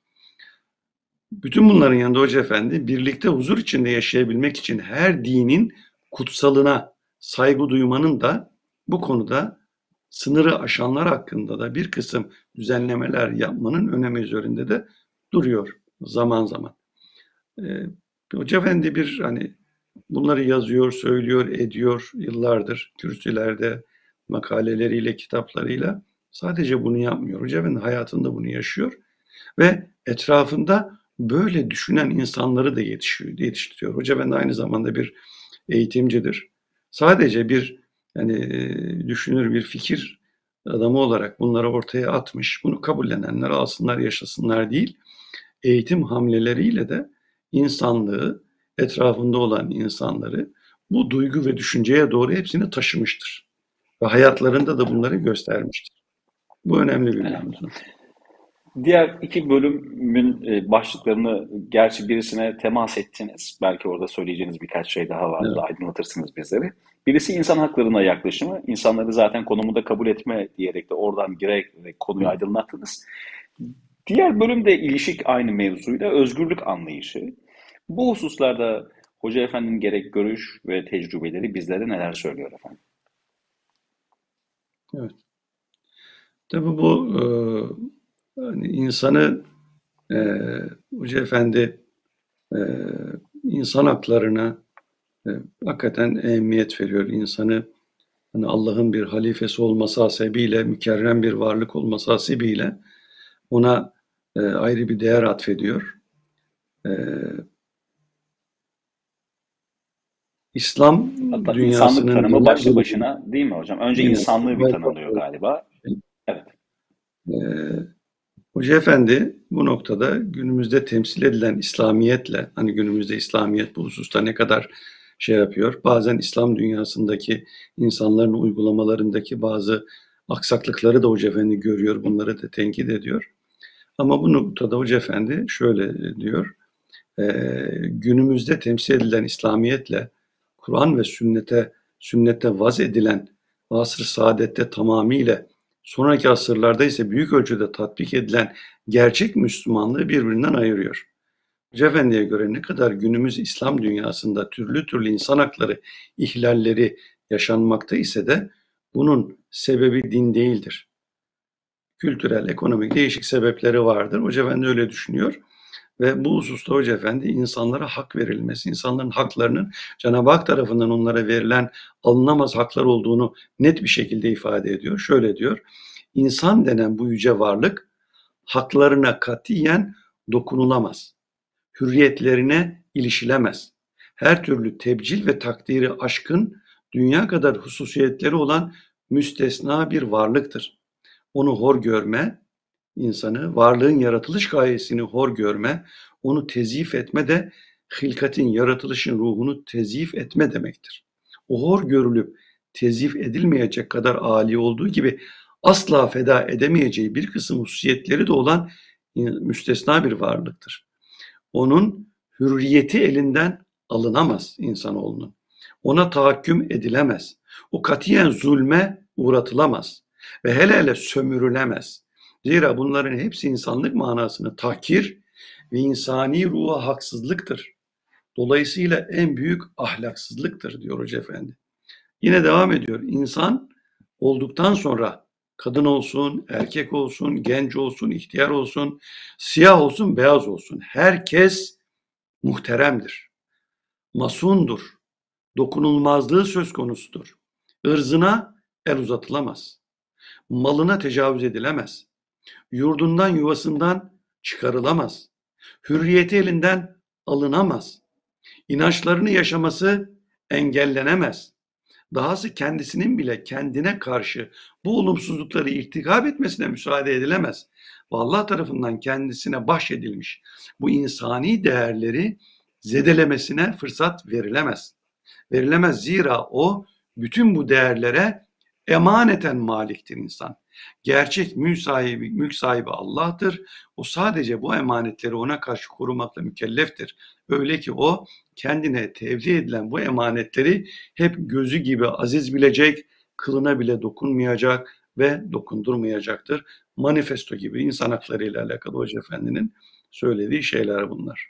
Bütün bunların yanında Hoca Efendi birlikte huzur içinde yaşayabilmek için her dinin kutsalına saygı duymanın da bu konuda sınırı aşanlar hakkında da bir kısım düzenlemeler yapmanın önemi üzerinde de duruyor zaman zaman. Ee, Hoca Efendi bir hani bunları yazıyor, söylüyor, ediyor yıllardır kürsülerde, makaleleriyle, kitaplarıyla. Sadece bunu yapmıyor. Hoca Efendi hayatında bunu yaşıyor ve etrafında böyle düşünen insanları da yetişiyor, yetiştiriyor. Hoca Efendi aynı zamanda bir eğitimcidir. Sadece bir yani düşünür bir fikir adamı olarak bunları ortaya atmış. Bunu kabullenenler alsınlar, yaşasınlar değil. Eğitim hamleleriyle de insanlığı, etrafında olan insanları bu duygu ve düşünceye doğru hepsini taşımıştır. Ve hayatlarında da bunları göstermiştir. Bu önemli bir Elhamdülillah. mevzu. Diğer iki bölümün e, başlıklarını gerçi birisine temas ettiniz. Belki orada söyleyeceğiniz birkaç şey daha vardır, Evet. aydınlatırsınız bizleri. Birisi insan haklarına yaklaşımı, insanları zaten konumunda kabul etme diyerek de oradan girerek konuyu aydınlattınız. Diğer bölümde ilişik aynı mevzuyla özgürlük anlayışı. Bu hususlarda Hoca Efendi'nin gerek görüş ve tecrübeleri bizlere neler söylüyor efendim? Evet. Tabii bu e, hani insanı e, Hoca Efendi e, insan haklarına e, hakikaten ehemmiyet veriyor. İnsanı hani Allah'ın bir halifesi olması hasebiyle, mükerrem bir varlık olması hasebiyle ona e, ayrı bir değer atfediyor. E, İslam Hatta insanlık dünyasının tanımı genel başlı durumu, başına değil mi hocam? Önce evet, insanlığı bir tanımlıyor bayrak- galiba. Evet. e, Hoca Efendi bu noktada günümüzde temsil edilen İslamiyetle, hani günümüzde İslamiyet bu hususta ne kadar şey yapıyor, bazen İslam dünyasındaki insanların uygulamalarındaki bazı aksaklıkları da Hoca Efendi görüyor, bunları da tenkit ediyor. Ama bu noktada Hoca Efendi şöyle diyor, e, günümüzde temsil edilen İslamiyetle Kur'an ve sünnete sünnette vaz edilen asr-ı saadette tamamıyla sonraki asırlarda ise büyük ölçüde tatbik edilen gerçek Müslümanlığı birbirinden ayırıyor. Hoca Efendi'ye göre ne kadar günümüz İslam dünyasında türlü türlü insan hakları ihlalleri yaşanmakta ise de bunun sebebi din değildir. Kültürel, ekonomik değişik sebepleri vardır. Hoca Efendi öyle düşünüyor. Ve bu hususta Hoca Efendi insanlara hak verilmesi, insanların haklarının Cenab-ı Hak tarafından onlara verilen alınamaz haklar olduğunu net bir şekilde ifade ediyor. Şöyle diyor, insan denen bu yüce varlık haklarına katiyen dokunulamaz, hürriyetlerine ilişilemez. Her türlü tebcil ve takdiri aşkın dünya kadar hususiyetleri olan müstesna bir varlıktır. Onu hor görme, insanı, varlığın yaratılış gayesini hor görme, onu tezif etme de hilkatin, yaratılışın ruhunu tezif etme demektir. O hor görülüp tezif edilmeyecek kadar âli olduğu gibi asla feda edemeyeceği bir kısım hususiyetleri de olan müstesna bir varlıktır. Onun hürriyeti elinden alınamaz insanoğlunun. Ona tahakküm edilemez. O katiyen zulme uğratılamaz ve hele hele sömürülemez. Zira bunların hepsi insanlık manasını tahkir ve insani ruha haksızlıktır. Dolayısıyla en büyük ahlaksızlıktır diyor Hoca Efendi. Yine devam ediyor. İnsan olduktan sonra kadın olsun, erkek olsun, genç olsun, ihtiyar olsun, siyah olsun, beyaz olsun. Herkes muhteremdir, masundur, dokunulmazlığı söz konusudur. Irzına el uzatılamaz, malına tecavüz edilemez, yurdundan yuvasından çıkarılamaz, hürriyeti elinden alınamaz, inançlarını yaşaması engellenemez. Dahası kendisinin bile kendine karşı bu olumsuzlukları irtikab etmesine müsaade edilemez. Ve Allah tarafından kendisine bahşedilmiş bu insani değerleri zedelemesine fırsat verilemez. Verilemez zira o bütün bu değerlere emaneten maliktir insan. Gerçek mülk sahibi, mülk sahibi Allah'tır. O sadece bu emanetleri ona karşı korumakla mükelleftir. Öyle ki o kendine tevdi edilen bu emanetleri hep gözü gibi aziz bilecek, kılına bile dokunmayacak ve dokundurmayacaktır. Manifesto gibi insan hakları ile alakalı Hoca Efendi'nin söylediği şeyler bunlar.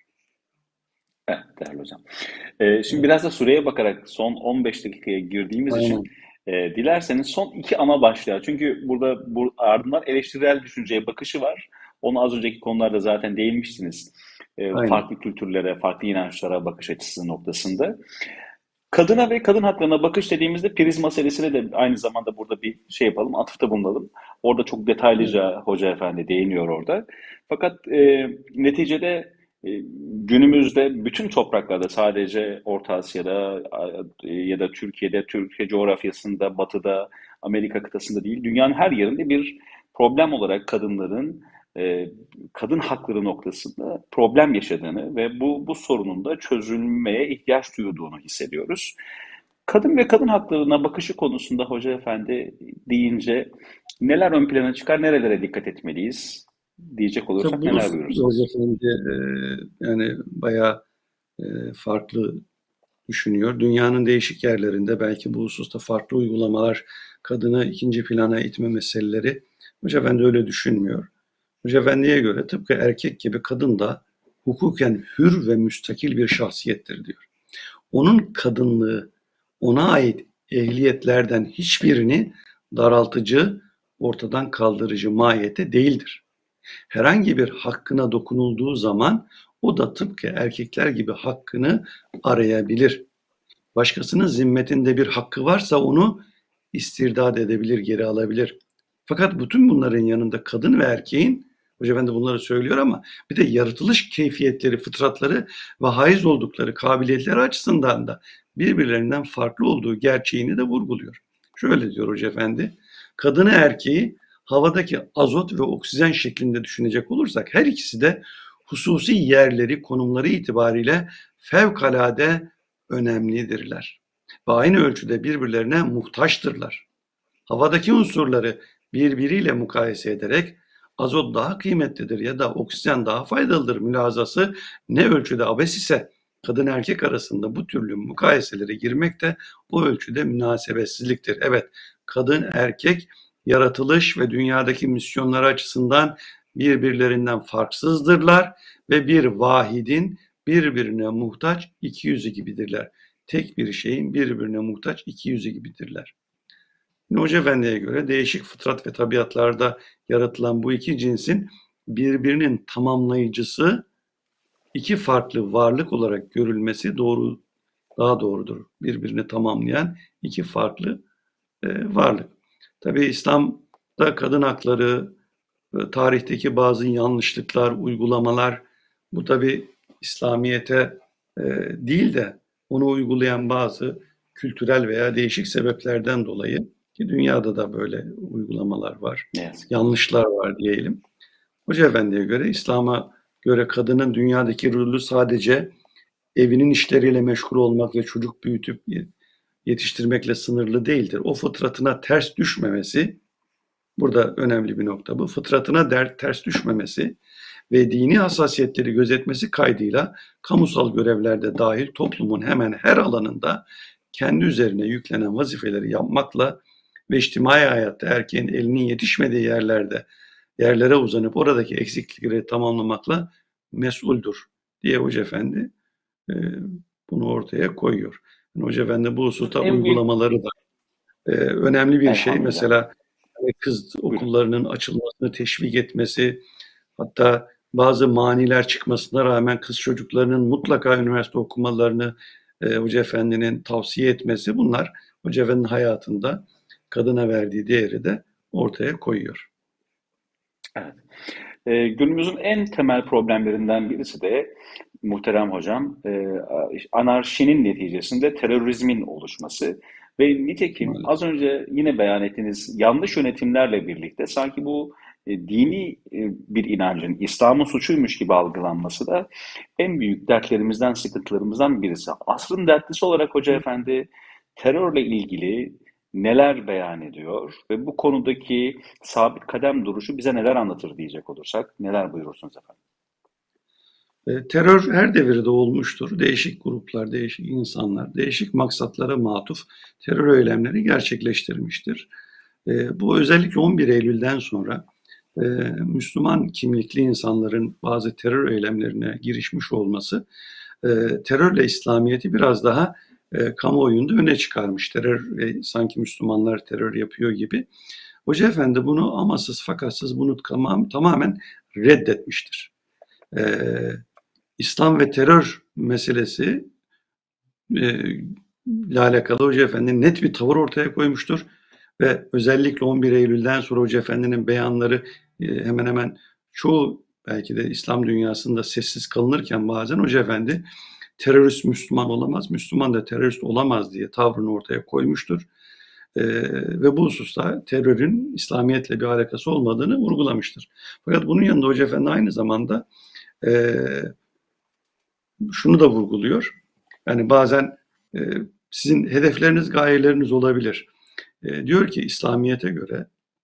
Evet, değerli hocam. Ee, şimdi biraz da süreye bakarak son on beş dakikaya girdiğimiz için Aynen, e, dilerseniz son iki ana başlığa. Çünkü burada bu, ardından eleştirel düşünceye bakışı var. Onu az önceki konularda zaten değinmiştiniz. E, aynen. farklı kültürlere, farklı inançlara bakış açısı noktasında. Kadına ve kadın haklarına bakış dediğimizde priz meselesine de aynı zamanda burada bir şey yapalım, atıfta bulunalım. Orada çok detaylıca Hoca Efendi değiniyor orada. Fakat e, neticede e, günümüzde bütün topraklarda sadece Orta Asya'da e, ya da Türkiye'de, Türkiye coğrafyasında, Batı'da, Amerika kıtasında değil, dünyanın her yerinde bir problem olarak kadınların e, kadın hakları noktasında problem yaşadığını ve bu, bu sorunun da çözülmeye ihtiyaç duyulduğunu hissediyoruz. Kadın ve kadın haklarına bakışı konusunda Hoca Efendi deyince neler ön plana çıkar, nerelere dikkat etmeliyiz diyecek Tabii olursak bu neler hususda Hoca buyurursunuz? Efendi e, yani bayağı e, farklı düşünüyor. Dünyanın değişik yerlerinde belki bu hususta farklı uygulamalar, kadını ikinci plana itme meseleleri Hoca Efendi öyle düşünmüyor. Hoca Efendi'ye göre tıpkı erkek gibi kadın da hukuken hür ve müstakil bir şahsiyettir diyor. Onun kadınlığı, ona ait ehliyetlerden hiçbirini daraltıcı, ortadan kaldırıcı mahiyette değildir. Herhangi bir hakkına dokunulduğu zaman o da tıpkı erkekler gibi hakkını arayabilir. Başkasının zimmetinde bir hakkı varsa onu istirdat edebilir, geri alabilir. Fakat bütün bunların yanında kadın ve erkeğin, Hoca Efendi bunları söylüyor ama bir de yaratılış keyfiyetleri, fıtratları ve haiz oldukları kabiliyetleri açısından da birbirlerinden farklı olduğu gerçeğini de vurguluyor. Şöyle diyor Hoca Efendi, kadını erkeği havadaki azot ve oksijen şeklinde düşünecek olursak her ikisi de hususi yerleri, konumları itibariyle fevkalade önemlidirler. Ve aynı ölçüde birbirlerine muhtaçtırlar. Havadaki unsurları birbiriyle mukayese ederek azot daha kıymetlidir ya da oksijen daha faydalıdır mülazası ne ölçüde abes ise kadın erkek arasında bu türlü mukayeselere girmek de o ölçüde münasebetsizliktir. Evet, kadın erkek yaratılış ve dünyadaki misyonları açısından birbirlerinden farksızdırlar ve bir vahidin birbirine muhtaç iki yüzü gibidirler. Tek bir şeyin birbirine muhtaç iki yüzü gibidirler. Hoca Efendi'ye göre değişik fıtrat ve tabiatlarda yaratılan bu iki cinsin birbirinin tamamlayıcısı iki farklı varlık olarak görülmesi doğru, daha doğrudur. Birbirini tamamlayan iki farklı e, varlık. Tabii İslam'da kadın hakları, e, tarihteki bazı yanlışlıklar, uygulamalar, bu tabii İslamiyet'e e, değil de onu uygulayan bazı kültürel veya değişik sebeplerden dolayı ki dünyada da böyle uygulamalar var, Evet. yanlışlar var diyelim. Hoca Efendi'ye göre, İslam'a göre kadının dünyadaki rolü sadece evinin işleriyle meşgul olmak ve çocuk büyütüp yetiştirmekle sınırlı değildir. O fıtratına ters düşmemesi, burada önemli bir nokta bu, fıtratına der, ters düşmemesi ve dini hassasiyetleri gözetmesi kaydıyla kamusal görevlerde dahil toplumun hemen her alanında kendi üzerine yüklenen vazifeleri yapmakla ve içtimai hayatta erkeğin elinin yetişmediği yerlerde yerlere uzanıp oradaki eksiklikleri tamamlamakla mesuldür diye Hoca Efendi e, bunu ortaya koyuyor. Yani Hoca Efendi bu hususta En büyük uygulamaları da e, önemli bir şey. elhamdülillah. Mesela kız Buyurun. okullarının açılmasını teşvik etmesi, hatta bazı maniler çıkmasına rağmen kız çocuklarının mutlaka üniversite okumalarını e, Hoca Efendi'nin tavsiye etmesi, bunlar Hoca Efendi'nin hayatında kadına verdiği değeri de ortaya koyuyor. Evet. Ee, günümüzün en temel problemlerinden birisi de muhterem hocam, e, anarşinin neticesinde terörizmin oluşması ve nitekim az Maalesef. önce yine beyan ettiğiniz yanlış yönetimlerle birlikte sanki bu e, dini e, bir inancın İslam'ın suçuymuş gibi algılanması da en büyük dertlerimizden, sıkıntılarımızdan birisi. Asrın dertlisi olarak Hoca Efendi terörle ilgili neler beyan ediyor ve bu konudaki sabit kadem duruşu bize neler anlatır diyecek olursak neler buyurursunuz efendim? E, terör her devirde olmuştur. Değişik gruplar, değişik insanlar, değişik maksatlara matuf terör eylemleri gerçekleştirmiştir. E, bu özellikle on bir Eylül'den sonra e, Müslüman kimlikli insanların bazı terör eylemlerine girişmiş olması e, terörle İslamiyet'i biraz daha e, kamuoyunda öne çıkarmış. Terör, e, sanki Müslümanlar terör yapıyor gibi. Hoca Efendi bunu amasız fakatsız bunu tamam, tamamen reddetmiştir. E, İslam ve terör meselesi e, ile alakalı Hoca Efendi net bir tavır ortaya koymuştur. Ve özellikle on bir Eylül'den sonra Hoca Efendi'nin beyanları e, hemen hemen çoğu belki de İslam dünyasında sessiz kalınırken bazen Hoca Efendi terörist Müslüman olamaz, Müslüman da terörist olamaz diye tavrını ortaya koymuştur. E, ve bu hususta terörün İslamiyetle bir alakası olmadığını vurgulamıştır. Fakat bunun yanında Hoca Efendi aynı zamanda e, şunu da vurguluyor. Yani bazen e, sizin hedefleriniz, gayeleriniz olabilir. E, diyor ki İslamiyet'e göre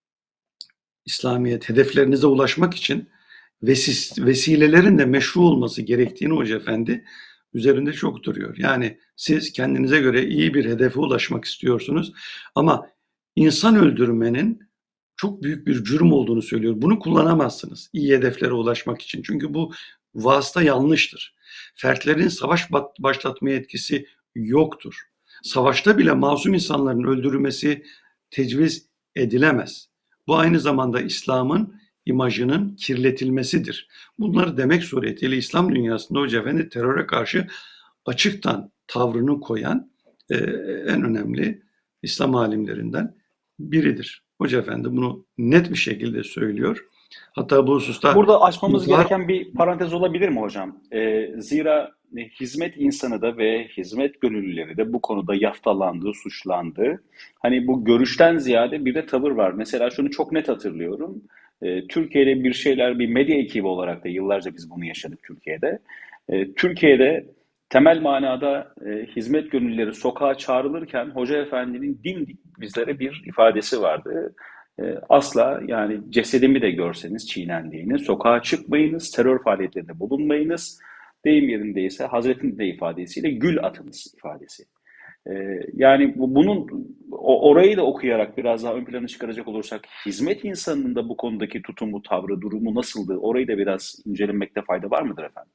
İslamiyet hedeflerinize ulaşmak için vesis, vesilelerin de meşru olması gerektiğini Hoca Efendi üzerinde çok duruyor. Yani siz kendinize göre iyi bir hedefe ulaşmak istiyorsunuz ama insan öldürmenin çok büyük bir cürüm olduğunu söylüyor. Bunu kullanamazsınız iyi hedeflere ulaşmak için. Çünkü bu vasıta yanlıştır. Fertlerin savaş başlatma etkisi yoktur. Savaşta bile masum insanların öldürülmesi tecviz edilemez. Bu aynı zamanda İslam'ın imajının kirletilmesidir. Bunları demek suretiyle İslam dünyasında Hoca Efendi teröre karşı açıktan tavrını koyan e, en önemli İslam alimlerinden biridir. Hoca Efendi bunu net bir şekilde söylüyor. Hatta bu hususta Burada açmamız intihar gereken bir parantez olabilir mi hocam? Ee, zira e, hizmet insanı da ve hizmet gönüllüleri de bu konuda yaftalandı, suçlandı. Hani bu görüşten ziyade bir de tavır var. Mesela şunu çok net hatırlıyorum. Ee, Türkiye'de bir şeyler, bir medya ekibi olarak da yıllarca biz bunu yaşadık Türkiye'de. Ee, Türkiye'de temel manada e, hizmet gönüllüleri sokağa çağrılırken Hoca Efendi'nin dimdik bizlere bir ifadesi vardı. E, asla yani cesedimi de görseniz çiğnendiğini, sokağa çıkmayınız, terör faaliyetlerinde bulunmayınız, deyim yerindeyse Hazretin de ifadesiyle gül atınız ifadesi. E, yani bu, bunun o, orayı da okuyarak biraz daha ön plana çıkaracak olursak hizmet insanının da bu konudaki tutumu, tavrı, durumu nasıldı? Orayı da biraz incelenmekte fayda var mıdır efendim?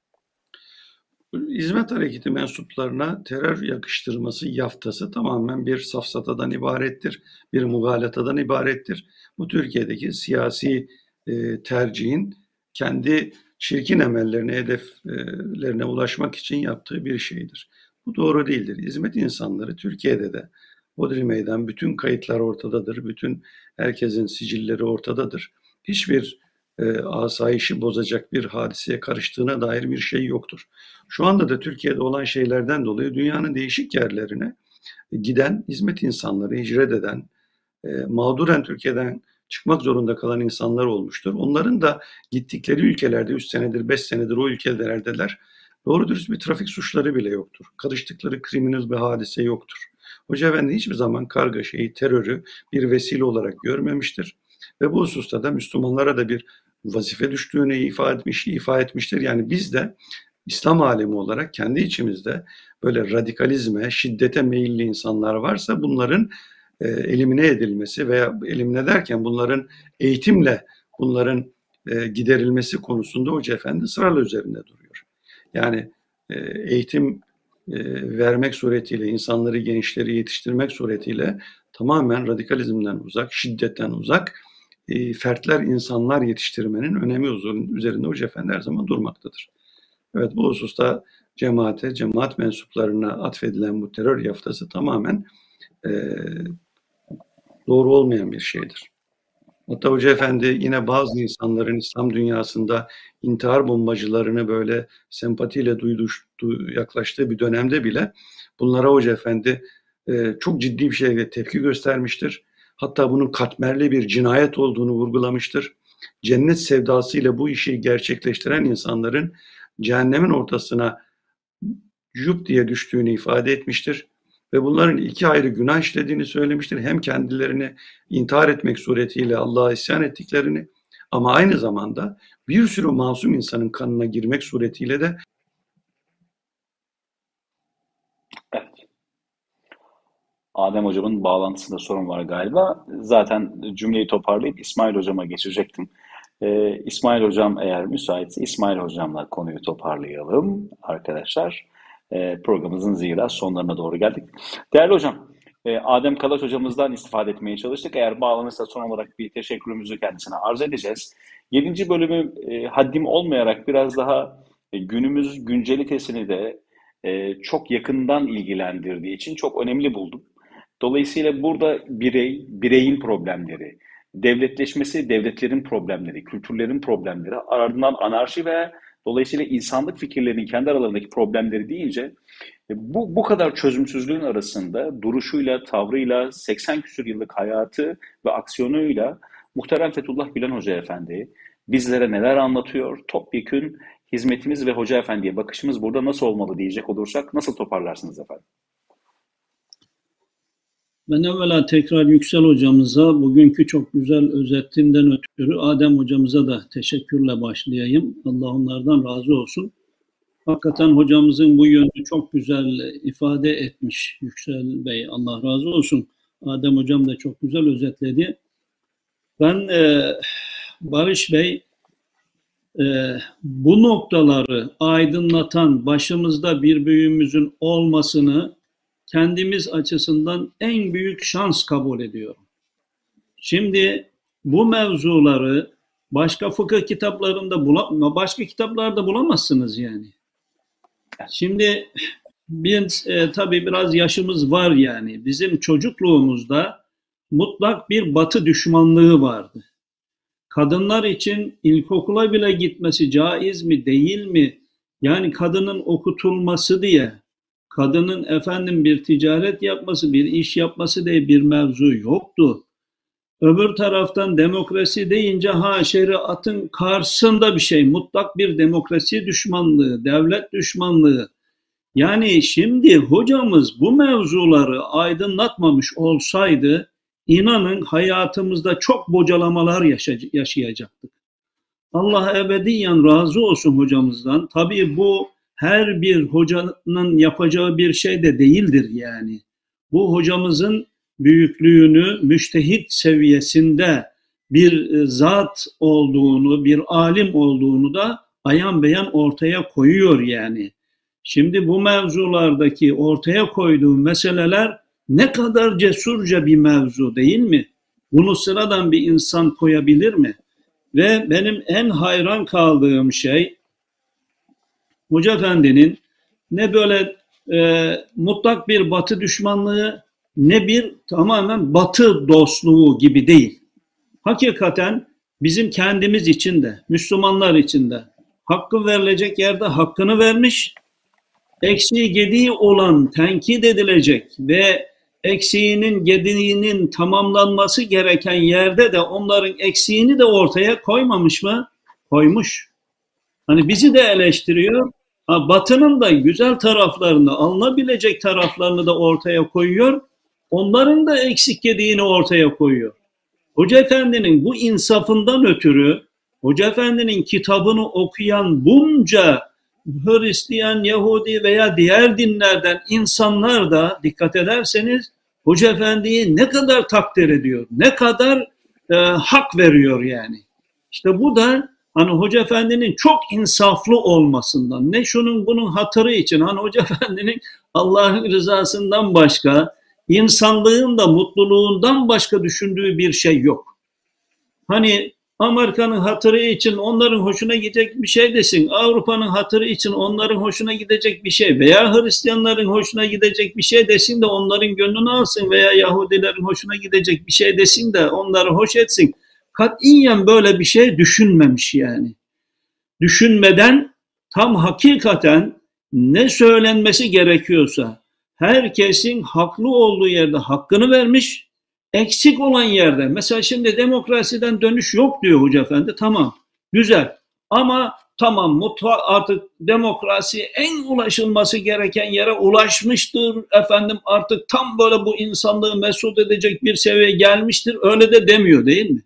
Hizmet Hareketi mensuplarına terör yakıştırması yaftası tamamen bir safsatadan ibarettir, bir mugalatadan ibarettir. Bu Türkiye'deki siyasi e, tercihin kendi çirkin emellerine, hedeflerine ulaşmak için yaptığı bir şeydir. Bu doğru değildir. Hizmet insanları Türkiye'de de Hodri Meydan, bütün kayıtlar ortadadır, bütün herkesin sicilleri ortadadır. Hiçbir e, asayişi bozacak bir hadiseye karıştığına dair bir şey yoktur. Şu anda da Türkiye'de olan şeylerden dolayı dünyanın değişik yerlerine giden hizmet insanları, hicret eden, e, mağduren Türkiye'den çıkmak zorunda kalan insanlar olmuştur. Onların da gittikleri ülkelerde üç senedir, beş senedir o ülkelerdeler. Doğru dürüst bir trafik suçları bile yoktur. Karıştıkları kriminal bir hadise yoktur. Hoca Efendi hiçbir zaman kargaşayı, terörü bir vesile olarak görmemiştir. Ve bu hususta da Müslümanlara da bir vazife düştüğünü ifade etmiş, ifade etmiştir. Yani biz de İslam alemi olarak kendi içimizde böyle radikalizme, şiddete meyilli insanlar varsa bunların e, elimine edilmesi veya elimine derken bunların eğitimle bunların e, giderilmesi konusunda Hoca Efendi ısrarla üzerinde duruyor. Yani e, eğitim e, vermek suretiyle, insanları, gençleri yetiştirmek suretiyle tamamen radikalizmden uzak, şiddetten uzak e, fertler, insanlar yetiştirmenin önemi üzerinde Hoca Efendi her zaman durmaktadır. Evet, bu hususta cemaate, cemaat mensuplarına atfedilen bu terör yaftası tamamen e, doğru olmayan bir şeydir. Hatta Hoca Efendi yine bazı insanların İslam dünyasında intihar bombacılarını böyle sempatiyle duyduğu, yaklaştığı bir dönemde bile bunlara Hoca Efendi e, çok ciddi bir şekilde tepki göstermiştir. Hatta bunun katmerli bir cinayet olduğunu vurgulamıştır. Cennet sevdasıyla bu işi gerçekleştiren insanların cehennemin ortasına yup diye düştüğünü ifade etmiştir. Ve bunların iki ayrı günah işlediğini söylemiştir. Hem kendilerini intihar etmek suretiyle Allah'a isyan ettiklerini ama aynı zamanda bir sürü masum insanın kanına girmek suretiyle de Evet. Adem hocamın bağlantısında sorun var galiba. Zaten cümleyi toparlayıp İsmail hocama geçecektim. Ee, İsmail hocam eğer müsaitse İsmail hocamla konuyu toparlayalım arkadaşlar. Ee, programımızın zira sonlarına doğru geldik. Değerli hocam, e, Adem Kalaş hocamızdan istifade etmeye çalıştık. Eğer bağlanırsa son olarak bir teşekkürümüzü kendisine arz edeceğiz. Yedinci bölümü e, haddim olmayarak biraz daha e, günümüz güncelitesini de e, çok yakından ilgilendirdiği için çok önemli buldum. Dolayısıyla burada birey, bireyin problemleri, devletleşmesi, devletlerin problemleri, kültürlerin problemleri, ardından anarşi ve dolayısıyla insanlık fikirlerinin kendi aralarındaki problemleri deyince e, bu, bu kadar çözümsüzlüğün arasında duruşuyla, tavrıyla, seksen küsur yıllık hayatı ve aksiyonuyla muhterem Fethullah Gülen Hoca Efendi bizlere neler anlatıyor? Topyekün hizmetimiz ve Hoca Efendi'ye bakışımız burada nasıl olmalı diyecek olursak nasıl toparlarsınız efendim? Ben evvela tekrar Yüksel hocamıza bugünkü çok güzel özetinden ötürü Adem hocamıza da teşekkürle başlayayım. Allah onlardan razı olsun. Hakikaten hocamızın bu yönünü çok güzel ifade etmiş Yüksel Bey. Allah razı olsun. Adem hocam da çok güzel özetledi. Ben e, Barış Bey e, bu noktaları aydınlatan başımızda bir büyüğümüzün olmasını kendimiz açısından en büyük şans kabul ediyorum. Şimdi bu mevzuları başka fıkıh kitaplarında bulam başka kitaplarda bulamazsınız yani. Şimdi Biz e, tabii biraz yaşımız var yani. Bizim çocukluğumuzda mutlak bir Batı düşmanlığı vardı. Kadınlar için ilkokula bile gitmesi caiz mi değil mi? Yani kadının okutulması diye, kadının efendim bir ticaret yapması, bir iş yapması diye bir mevzu yoktu. Öbür taraftan demokrasi deyince ha şeriatın karşısında bir şey, mutlak bir demokrasi düşmanlığı, devlet düşmanlığı. Yani şimdi hocamız bu mevzuları aydınlatmamış olsaydı inanın hayatımızda çok bocalamalar yaşayacaktık. Allah ebediyen razı olsun hocamızdan. Tabii bu her bir hocanın yapacağı bir şey de değildir yani. Bu hocamızın büyüklüğünü, müştehit seviyesinde bir zat olduğunu, bir alim olduğunu da ayan beyan ortaya koyuyor yani. Şimdi bu mevzulardaki ortaya koyduğu meseleler ne kadar cesurca bir mevzu değil mi? Bunu sıradan bir insan koyabilir mi? Ve benim en hayran kaldığım şey Hoca Efendi'nin ne böyle e, mutlak bir Batı düşmanlığı ne bir tamamen Batı dostluğu gibi değil. Hakikaten bizim kendimiz için de, Müslümanlar için de hakkı verilecek yerde hakkını vermiş, eksiği gediği olan tenkit edilecek ve eksiğinin gediğinin tamamlanması gereken yerde de onların eksiğini de ortaya koymamış mı? Koymuş. Hani bizi de eleştiriyor. Ha, Batı'nın da güzel taraflarını, alınabilecek taraflarını da ortaya koyuyor. Onların da eksik gediğini ortaya koyuyor. Hoca Efendi'nin bu insafından ötürü, Hoca Efendi'nin kitabını okuyan bunca Hristiyan, Yahudi veya diğer dinlerden insanlar da dikkat ederseniz Hoca Efendi'yi ne kadar takdir ediyor, ne kadar e, hak veriyor yani. İşte bu da hani Hoca Efendi'nin çok insaflı olmasından, ne şunun bunun hatırı için, hani Hoca Efendi'nin Allah'ın rızasından başka, insanlığın da mutluluğundan başka düşündüğü bir şey yok. Hani Amerika'nın hatırı için onların hoşuna gidecek bir şey desin, Avrupa'nın hatırı için onların hoşuna gidecek bir şey veya Hristiyanların hoşuna gidecek bir şey desin de onların gönlünü alsın veya Yahudilerin hoşuna gidecek bir şey desin de onları hoş etsin. Katiyen böyle bir şey düşünmemiş yani. Düşünmeden tam hakikaten ne söylenmesi gerekiyorsa herkesin haklı olduğu yerde hakkını vermiş, eksik olan yerde, mesela şimdi demokrasiden dönüş yok diyor Hoca Efendi, tamam, güzel ama tamam mutfa artık demokrasi en ulaşılması gereken yere ulaşmıştır efendim, artık tam böyle bu insanlığı mesut edecek bir seviyeye gelmiştir, öyle de demiyor değil mi?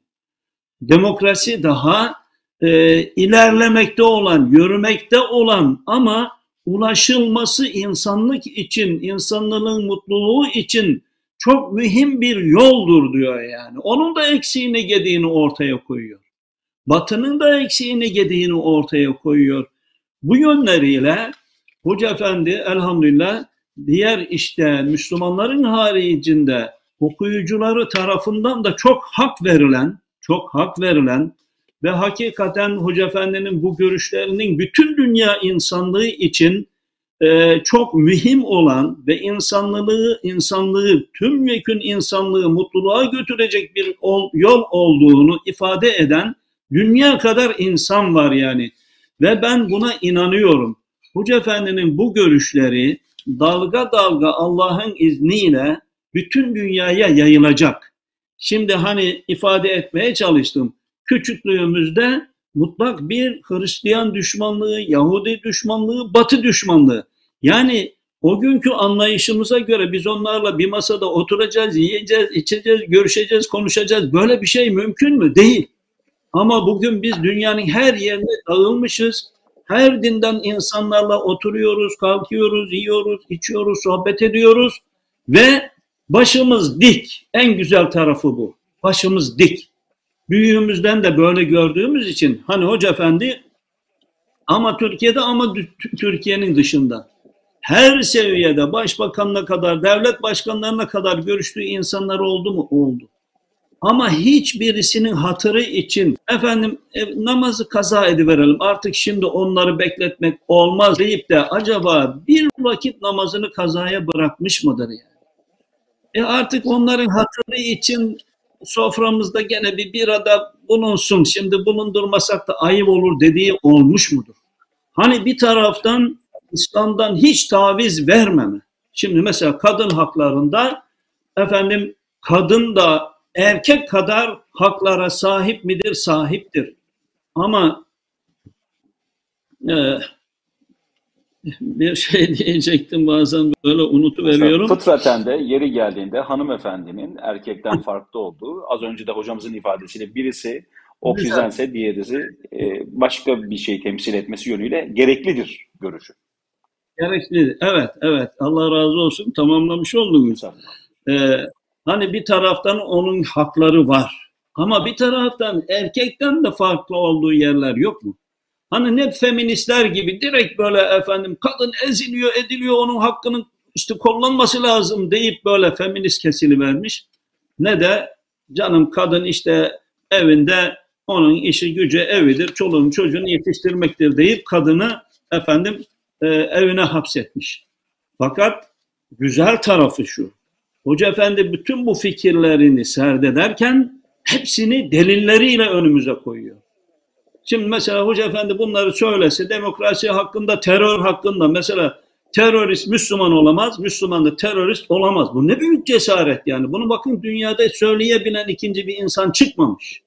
Demokrasi daha e, ilerlemekte olan, yürümekte olan ama ulaşılması insanlık için, insanlığın mutluluğu için çok mühim bir yoldur diyor yani. Onun da eksiğini gediğini ortaya koyuyor. Batı'nın da eksiğini gediğini ortaya koyuyor. Bu yönleriyle Hoca Efendi elhamdülillah diğer işte Müslümanların haricinde okuyucuları tarafından da çok hak verilen, çok hak verilen ve hakikaten Hoca Efendi'nin bu görüşlerinin bütün dünya insanlığı için e, çok mühim olan ve insanlığı, insanlığı, tüm yekün insanlığı mutluluğa götürecek bir yol olduğunu ifade eden dünya kadar insan var yani. Ve ben buna inanıyorum. Hoca Efendi'nin bu görüşleri dalga dalga Allah'ın izniyle bütün dünyaya yayılacak. Şimdi hani ifade etmeye çalıştım. Küçüklüğümüzde mutlak bir Hristiyan düşmanlığı, Yahudi düşmanlığı, Batı düşmanlığı. Yani o günkü anlayışımıza göre biz onlarla bir masada oturacağız, yiyeceğiz, içeceğiz, görüşeceğiz, konuşacağız. Böyle bir şey mümkün mü? Değil. Ama bugün biz dünyanın her yerine dağılmışız. Her dinden insanlarla oturuyoruz, kalkıyoruz, yiyoruz, içiyoruz, sohbet ediyoruz ve başımız dik. En güzel tarafı bu. Başımız dik. Büyüğümüzden de böyle gördüğümüz için hani Hoca Efendi ama Türkiye'de ama Türkiye'nin dışında her seviyede başbakanına kadar, devlet başkanlarına kadar görüştüğü insanlar oldu mu? Oldu. Ama hiçbirisinin hatırı için efendim e, namazı kaza ediverelim artık şimdi onları bekletmek olmaz deyip de acaba bir vakit namazını kazaya bırakmış mıdır yani? E artık onların hatırı için soframızda gene bir birada bulunsun şimdi bulundurmasak da ayıp olur dediği olmuş mudur? Hani bir taraftan İslam'dan hiç taviz vermeme. Şimdi mesela kadın haklarında efendim kadın da erkek kadar haklara sahip midir? Sahiptir. Ama e, bir şey diyecektim bazen böyle unutuveriyorum. Fıtraten de yeri geldiğinde hanımefendinin erkekten farklı olduğu, az önce de hocamızın ifadesiyle birisi oksijense diğerisi e, başka bir şey temsil etmesi yönüyle gereklidir görüşü. Gereklidir. Evet, evet. Allah razı olsun. Tamamlamış oldunuz. Ee, hani bir taraftan onun hakları var. Ama bir taraftan erkekten de farklı olduğu yerler yok mu? Hani ne feministler gibi direkt böyle efendim kadın eziliyor, ediliyor, onun hakkının işte kullanması lazım deyip böyle feminist kesilivermiş. Ne de canım kadın işte evinde onun işi gücü evidir, çoluğun çocuğunu yetiştirmektir deyip kadını efendim e, evine hapsetmiş. Fakat güzel tarafı şu. Hoca Efendi bütün bu fikirlerini serdederken hepsini delilleriyle önümüze koyuyor. Şimdi mesela Hoca Efendi bunları söylese demokrasi hakkında, terör hakkında mesela terörist Müslüman olamaz, Müslüman da terörist olamaz. Bu ne büyük cesaret yani. Bunu bakın dünyada söyleyebilen ikinci bir insan çıkmamış.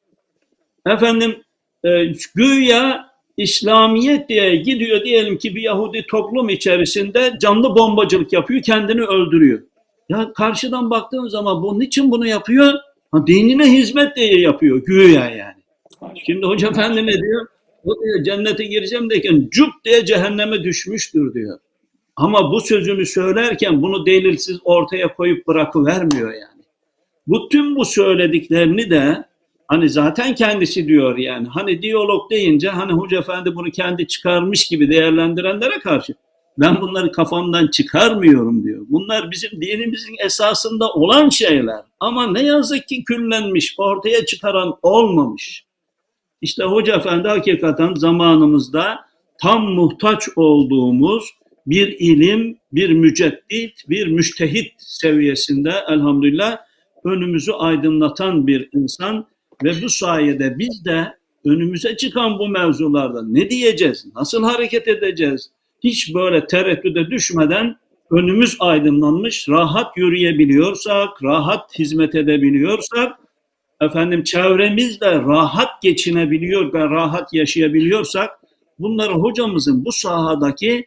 Efendim e, güya İslamiyet diye gidiyor diyelim ki bir Yahudi toplum içerisinde canlı bombacılık yapıyor, kendini öldürüyor. Ya karşıdan baktığın zaman bunun için bunu yapıyor? Ha, dinine hizmet diye yapıyor güya yani. Şimdi Hoca Efendi ne diyor? O diyor cennete gireceğim derken cüp diye cehenneme düşmüştür diyor. Ama bu sözünü söylerken bunu delilsiz ortaya koyup bırakıvermiyor yani. Bütün bu söylediklerini de hani zaten kendisi diyor yani. Hani diyalog deyince hani Hoca Efendi bunu kendi çıkarmış gibi değerlendirenlere karşı ben bunları kafamdan çıkarmıyorum diyor. Bunlar bizim dinimizin esasında olan şeyler. Ama ne yazık ki küllenmiş, ortaya çıkaran olmamış. İşte Hoca Efendi hakikaten zamanımızda tam muhtaç olduğumuz bir ilim, bir müceddit, bir müştehit seviyesinde elhamdülillah önümüzü aydınlatan bir insan ve bu sayede biz de önümüze çıkan bu mevzularda ne diyeceğiz, nasıl hareket edeceğiz, hiç böyle tereddüde düşmeden önümüz aydınlanmış, rahat yürüyebiliyorsak, rahat hizmet edebiliyorsak, efendim çevremizle rahat geçinebiliyor ve rahat yaşayabiliyorsak, bunları hocamızın bu sahadaki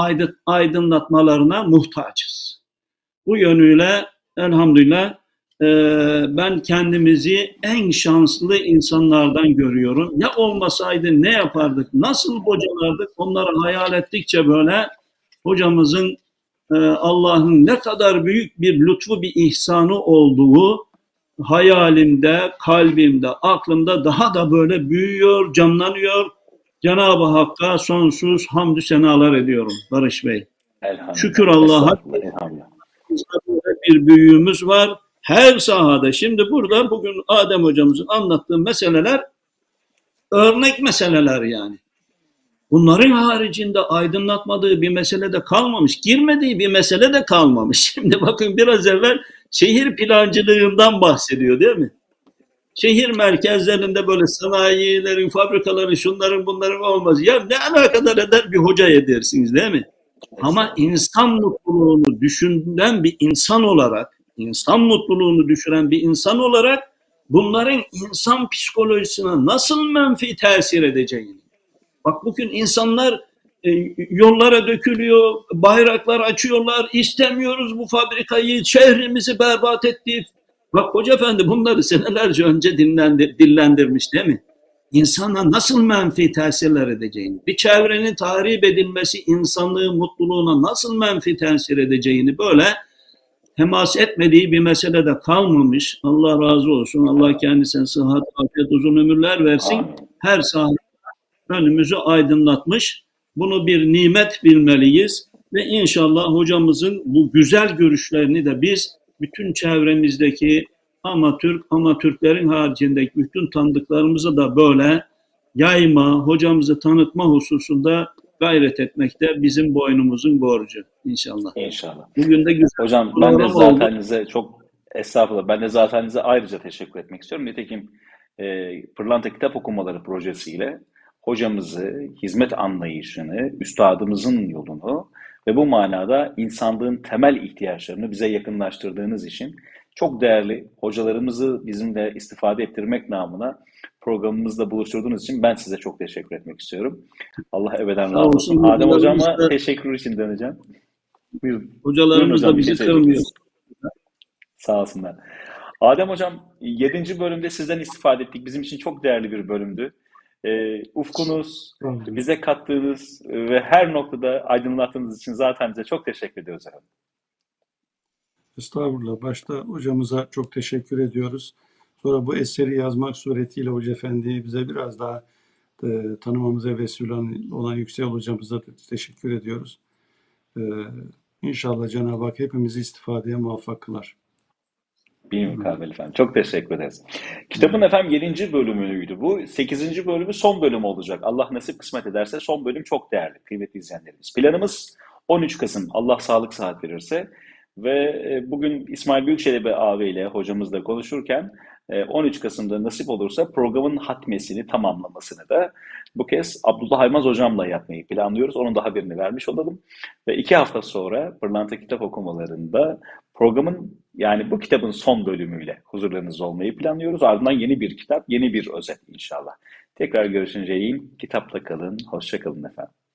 aydınlatmalarına muhtaçız. Bu yönüyle elhamdülillah e, ben kendimizi en şanslı insanlardan görüyorum. Ya olmasaydı ne yapardık, nasıl bocalardık, onları hayal ettikçe böyle hocamızın e, Allah'ın ne kadar büyük bir lütfu, bir ihsanı olduğu hayalimde, kalbimde, aklımda daha da böyle büyüyor, canlanıyor. Cenab-ı Hakk'a sonsuz hamdü senalar ediyorum Barış Bey. Şükür Allah'a bir büyüğümüz var her sahada. Şimdi burada bugün Adem hocamızın anlattığı meseleler örnek meseleler yani. Bunların haricinde aydınlatmadığı bir mesele de kalmamış, girmediği bir mesele de kalmamış. Şimdi bakın biraz evvel şehir plancılığından bahsediyor değil mi? Şehir merkezlerinde böyle sanayilerin, fabrikaların, şunların bunların olmaz. Ya ne alakadar eder bir hoca edersiniz değil mi? Ama insan mutluluğunu düşünen bir insan olarak, insan mutluluğunu düşüren bir insan olarak bunların insan psikolojisine nasıl menfi tesir edeceğini. Bak bugün insanlar e, yollara dökülüyor, bayraklar açıyorlar, istemiyoruz bu fabrikayı, şehrimizi berbat etti. Bak Hoca Efendi bunları senelerce önce dinlendir, dillendirmiş değil mi? İnsana nasıl menfi tesirler edeceğini, bir çevrenin tahrip edilmesi insanlığın mutluluğuna nasıl menfi tesir edeceğini böyle temas etmediği bir mesele de kalmamış. Allah razı olsun. Allah kendisine sıhhat, afiyet, uzun ömürler versin. Her sahne önümüzü aydınlatmış. Bunu bir nimet bilmeliyiz ve inşallah hocamızın bu güzel görüşlerini de biz bütün çevremizdeki ama Türk, ama Türklerin haricindeki bütün tanıdıklarımızı da böyle yayma, hocamızı tanıtma hususunda gayret etmek de bizim boynumuzun borcu inşallah. İnşallah. Bugün de güzel Hocam bir ben de program oldu. zaten çok estağfurullah ben de zaten ayrıca teşekkür etmek istiyorum. Nitekim e, Pırlanta Kitap Okumaları projesiyle hocamızı, hizmet anlayışını, üstadımızın yolunu ve bu manada insanlığın temel ihtiyaçlarını bize yakınlaştırdığınız için çok değerli hocalarımızı bizimle istifade ettirmek namına programımızda buluşturduğunuz için ben size çok teşekkür etmek istiyorum. Allah ebeden Sağ razı olsun. olsun. Adem Hocalarımız hocama da, teşekkür için döneceğim. Buyurun. Buyurun hocalarımız hocam da bir şey bizi kırmıyor. söyleyeceksiniz. Sağ olsunlar. Adem hocam yedinci bölümde sizden istifade ettik. Bizim için çok değerli bir bölümdü. Ee, ufkunuz, Tamam. bize kattığınız ve her noktada aydınlattığınız için zaten size çok teşekkür ediyoruz efendim. Estağfurullah. Başta hocamıza çok teşekkür ediyoruz. Sonra bu eseri yazmak suretiyle Hoca Efendi'yi bize biraz daha e, tanımamıza vesile olan, olan Yüksel hocamıza da teşekkür ediyoruz. E, İnşallah Cenab-ı Hak hepimizi istifadeye muvaffak kılar. Bilmukabele efendim. Çok teşekkür ederiz. Kitabın efendim yedinci bölümüydü bu. sekizinci bölümü son bölüm olacak. Allah nasip kısmet ederse son bölüm çok değerli kıymetli izleyenlerimiz. Planımız on üç Kasım Allah sağlık sıhhat verirse ve bugün İsmail Büyükçelebi abi ile hocamızla konuşurken on üç Kasım'da nasip olursa programın hatmesini tamamlamasını da bu kez Abdullah Aymaz hocamla yapmayı planlıyoruz. Onun da haberini vermiş olalım. Ve iki hafta sonra Pırlanta Kitap Okumalarında programın yani bu kitabın son bölümüyle huzurlarınızda olmayı planlıyoruz. Ardından yeni bir kitap, yeni bir özet inşallah. Tekrar görüşünceye kitapla kalın, hoşça kalın efendim.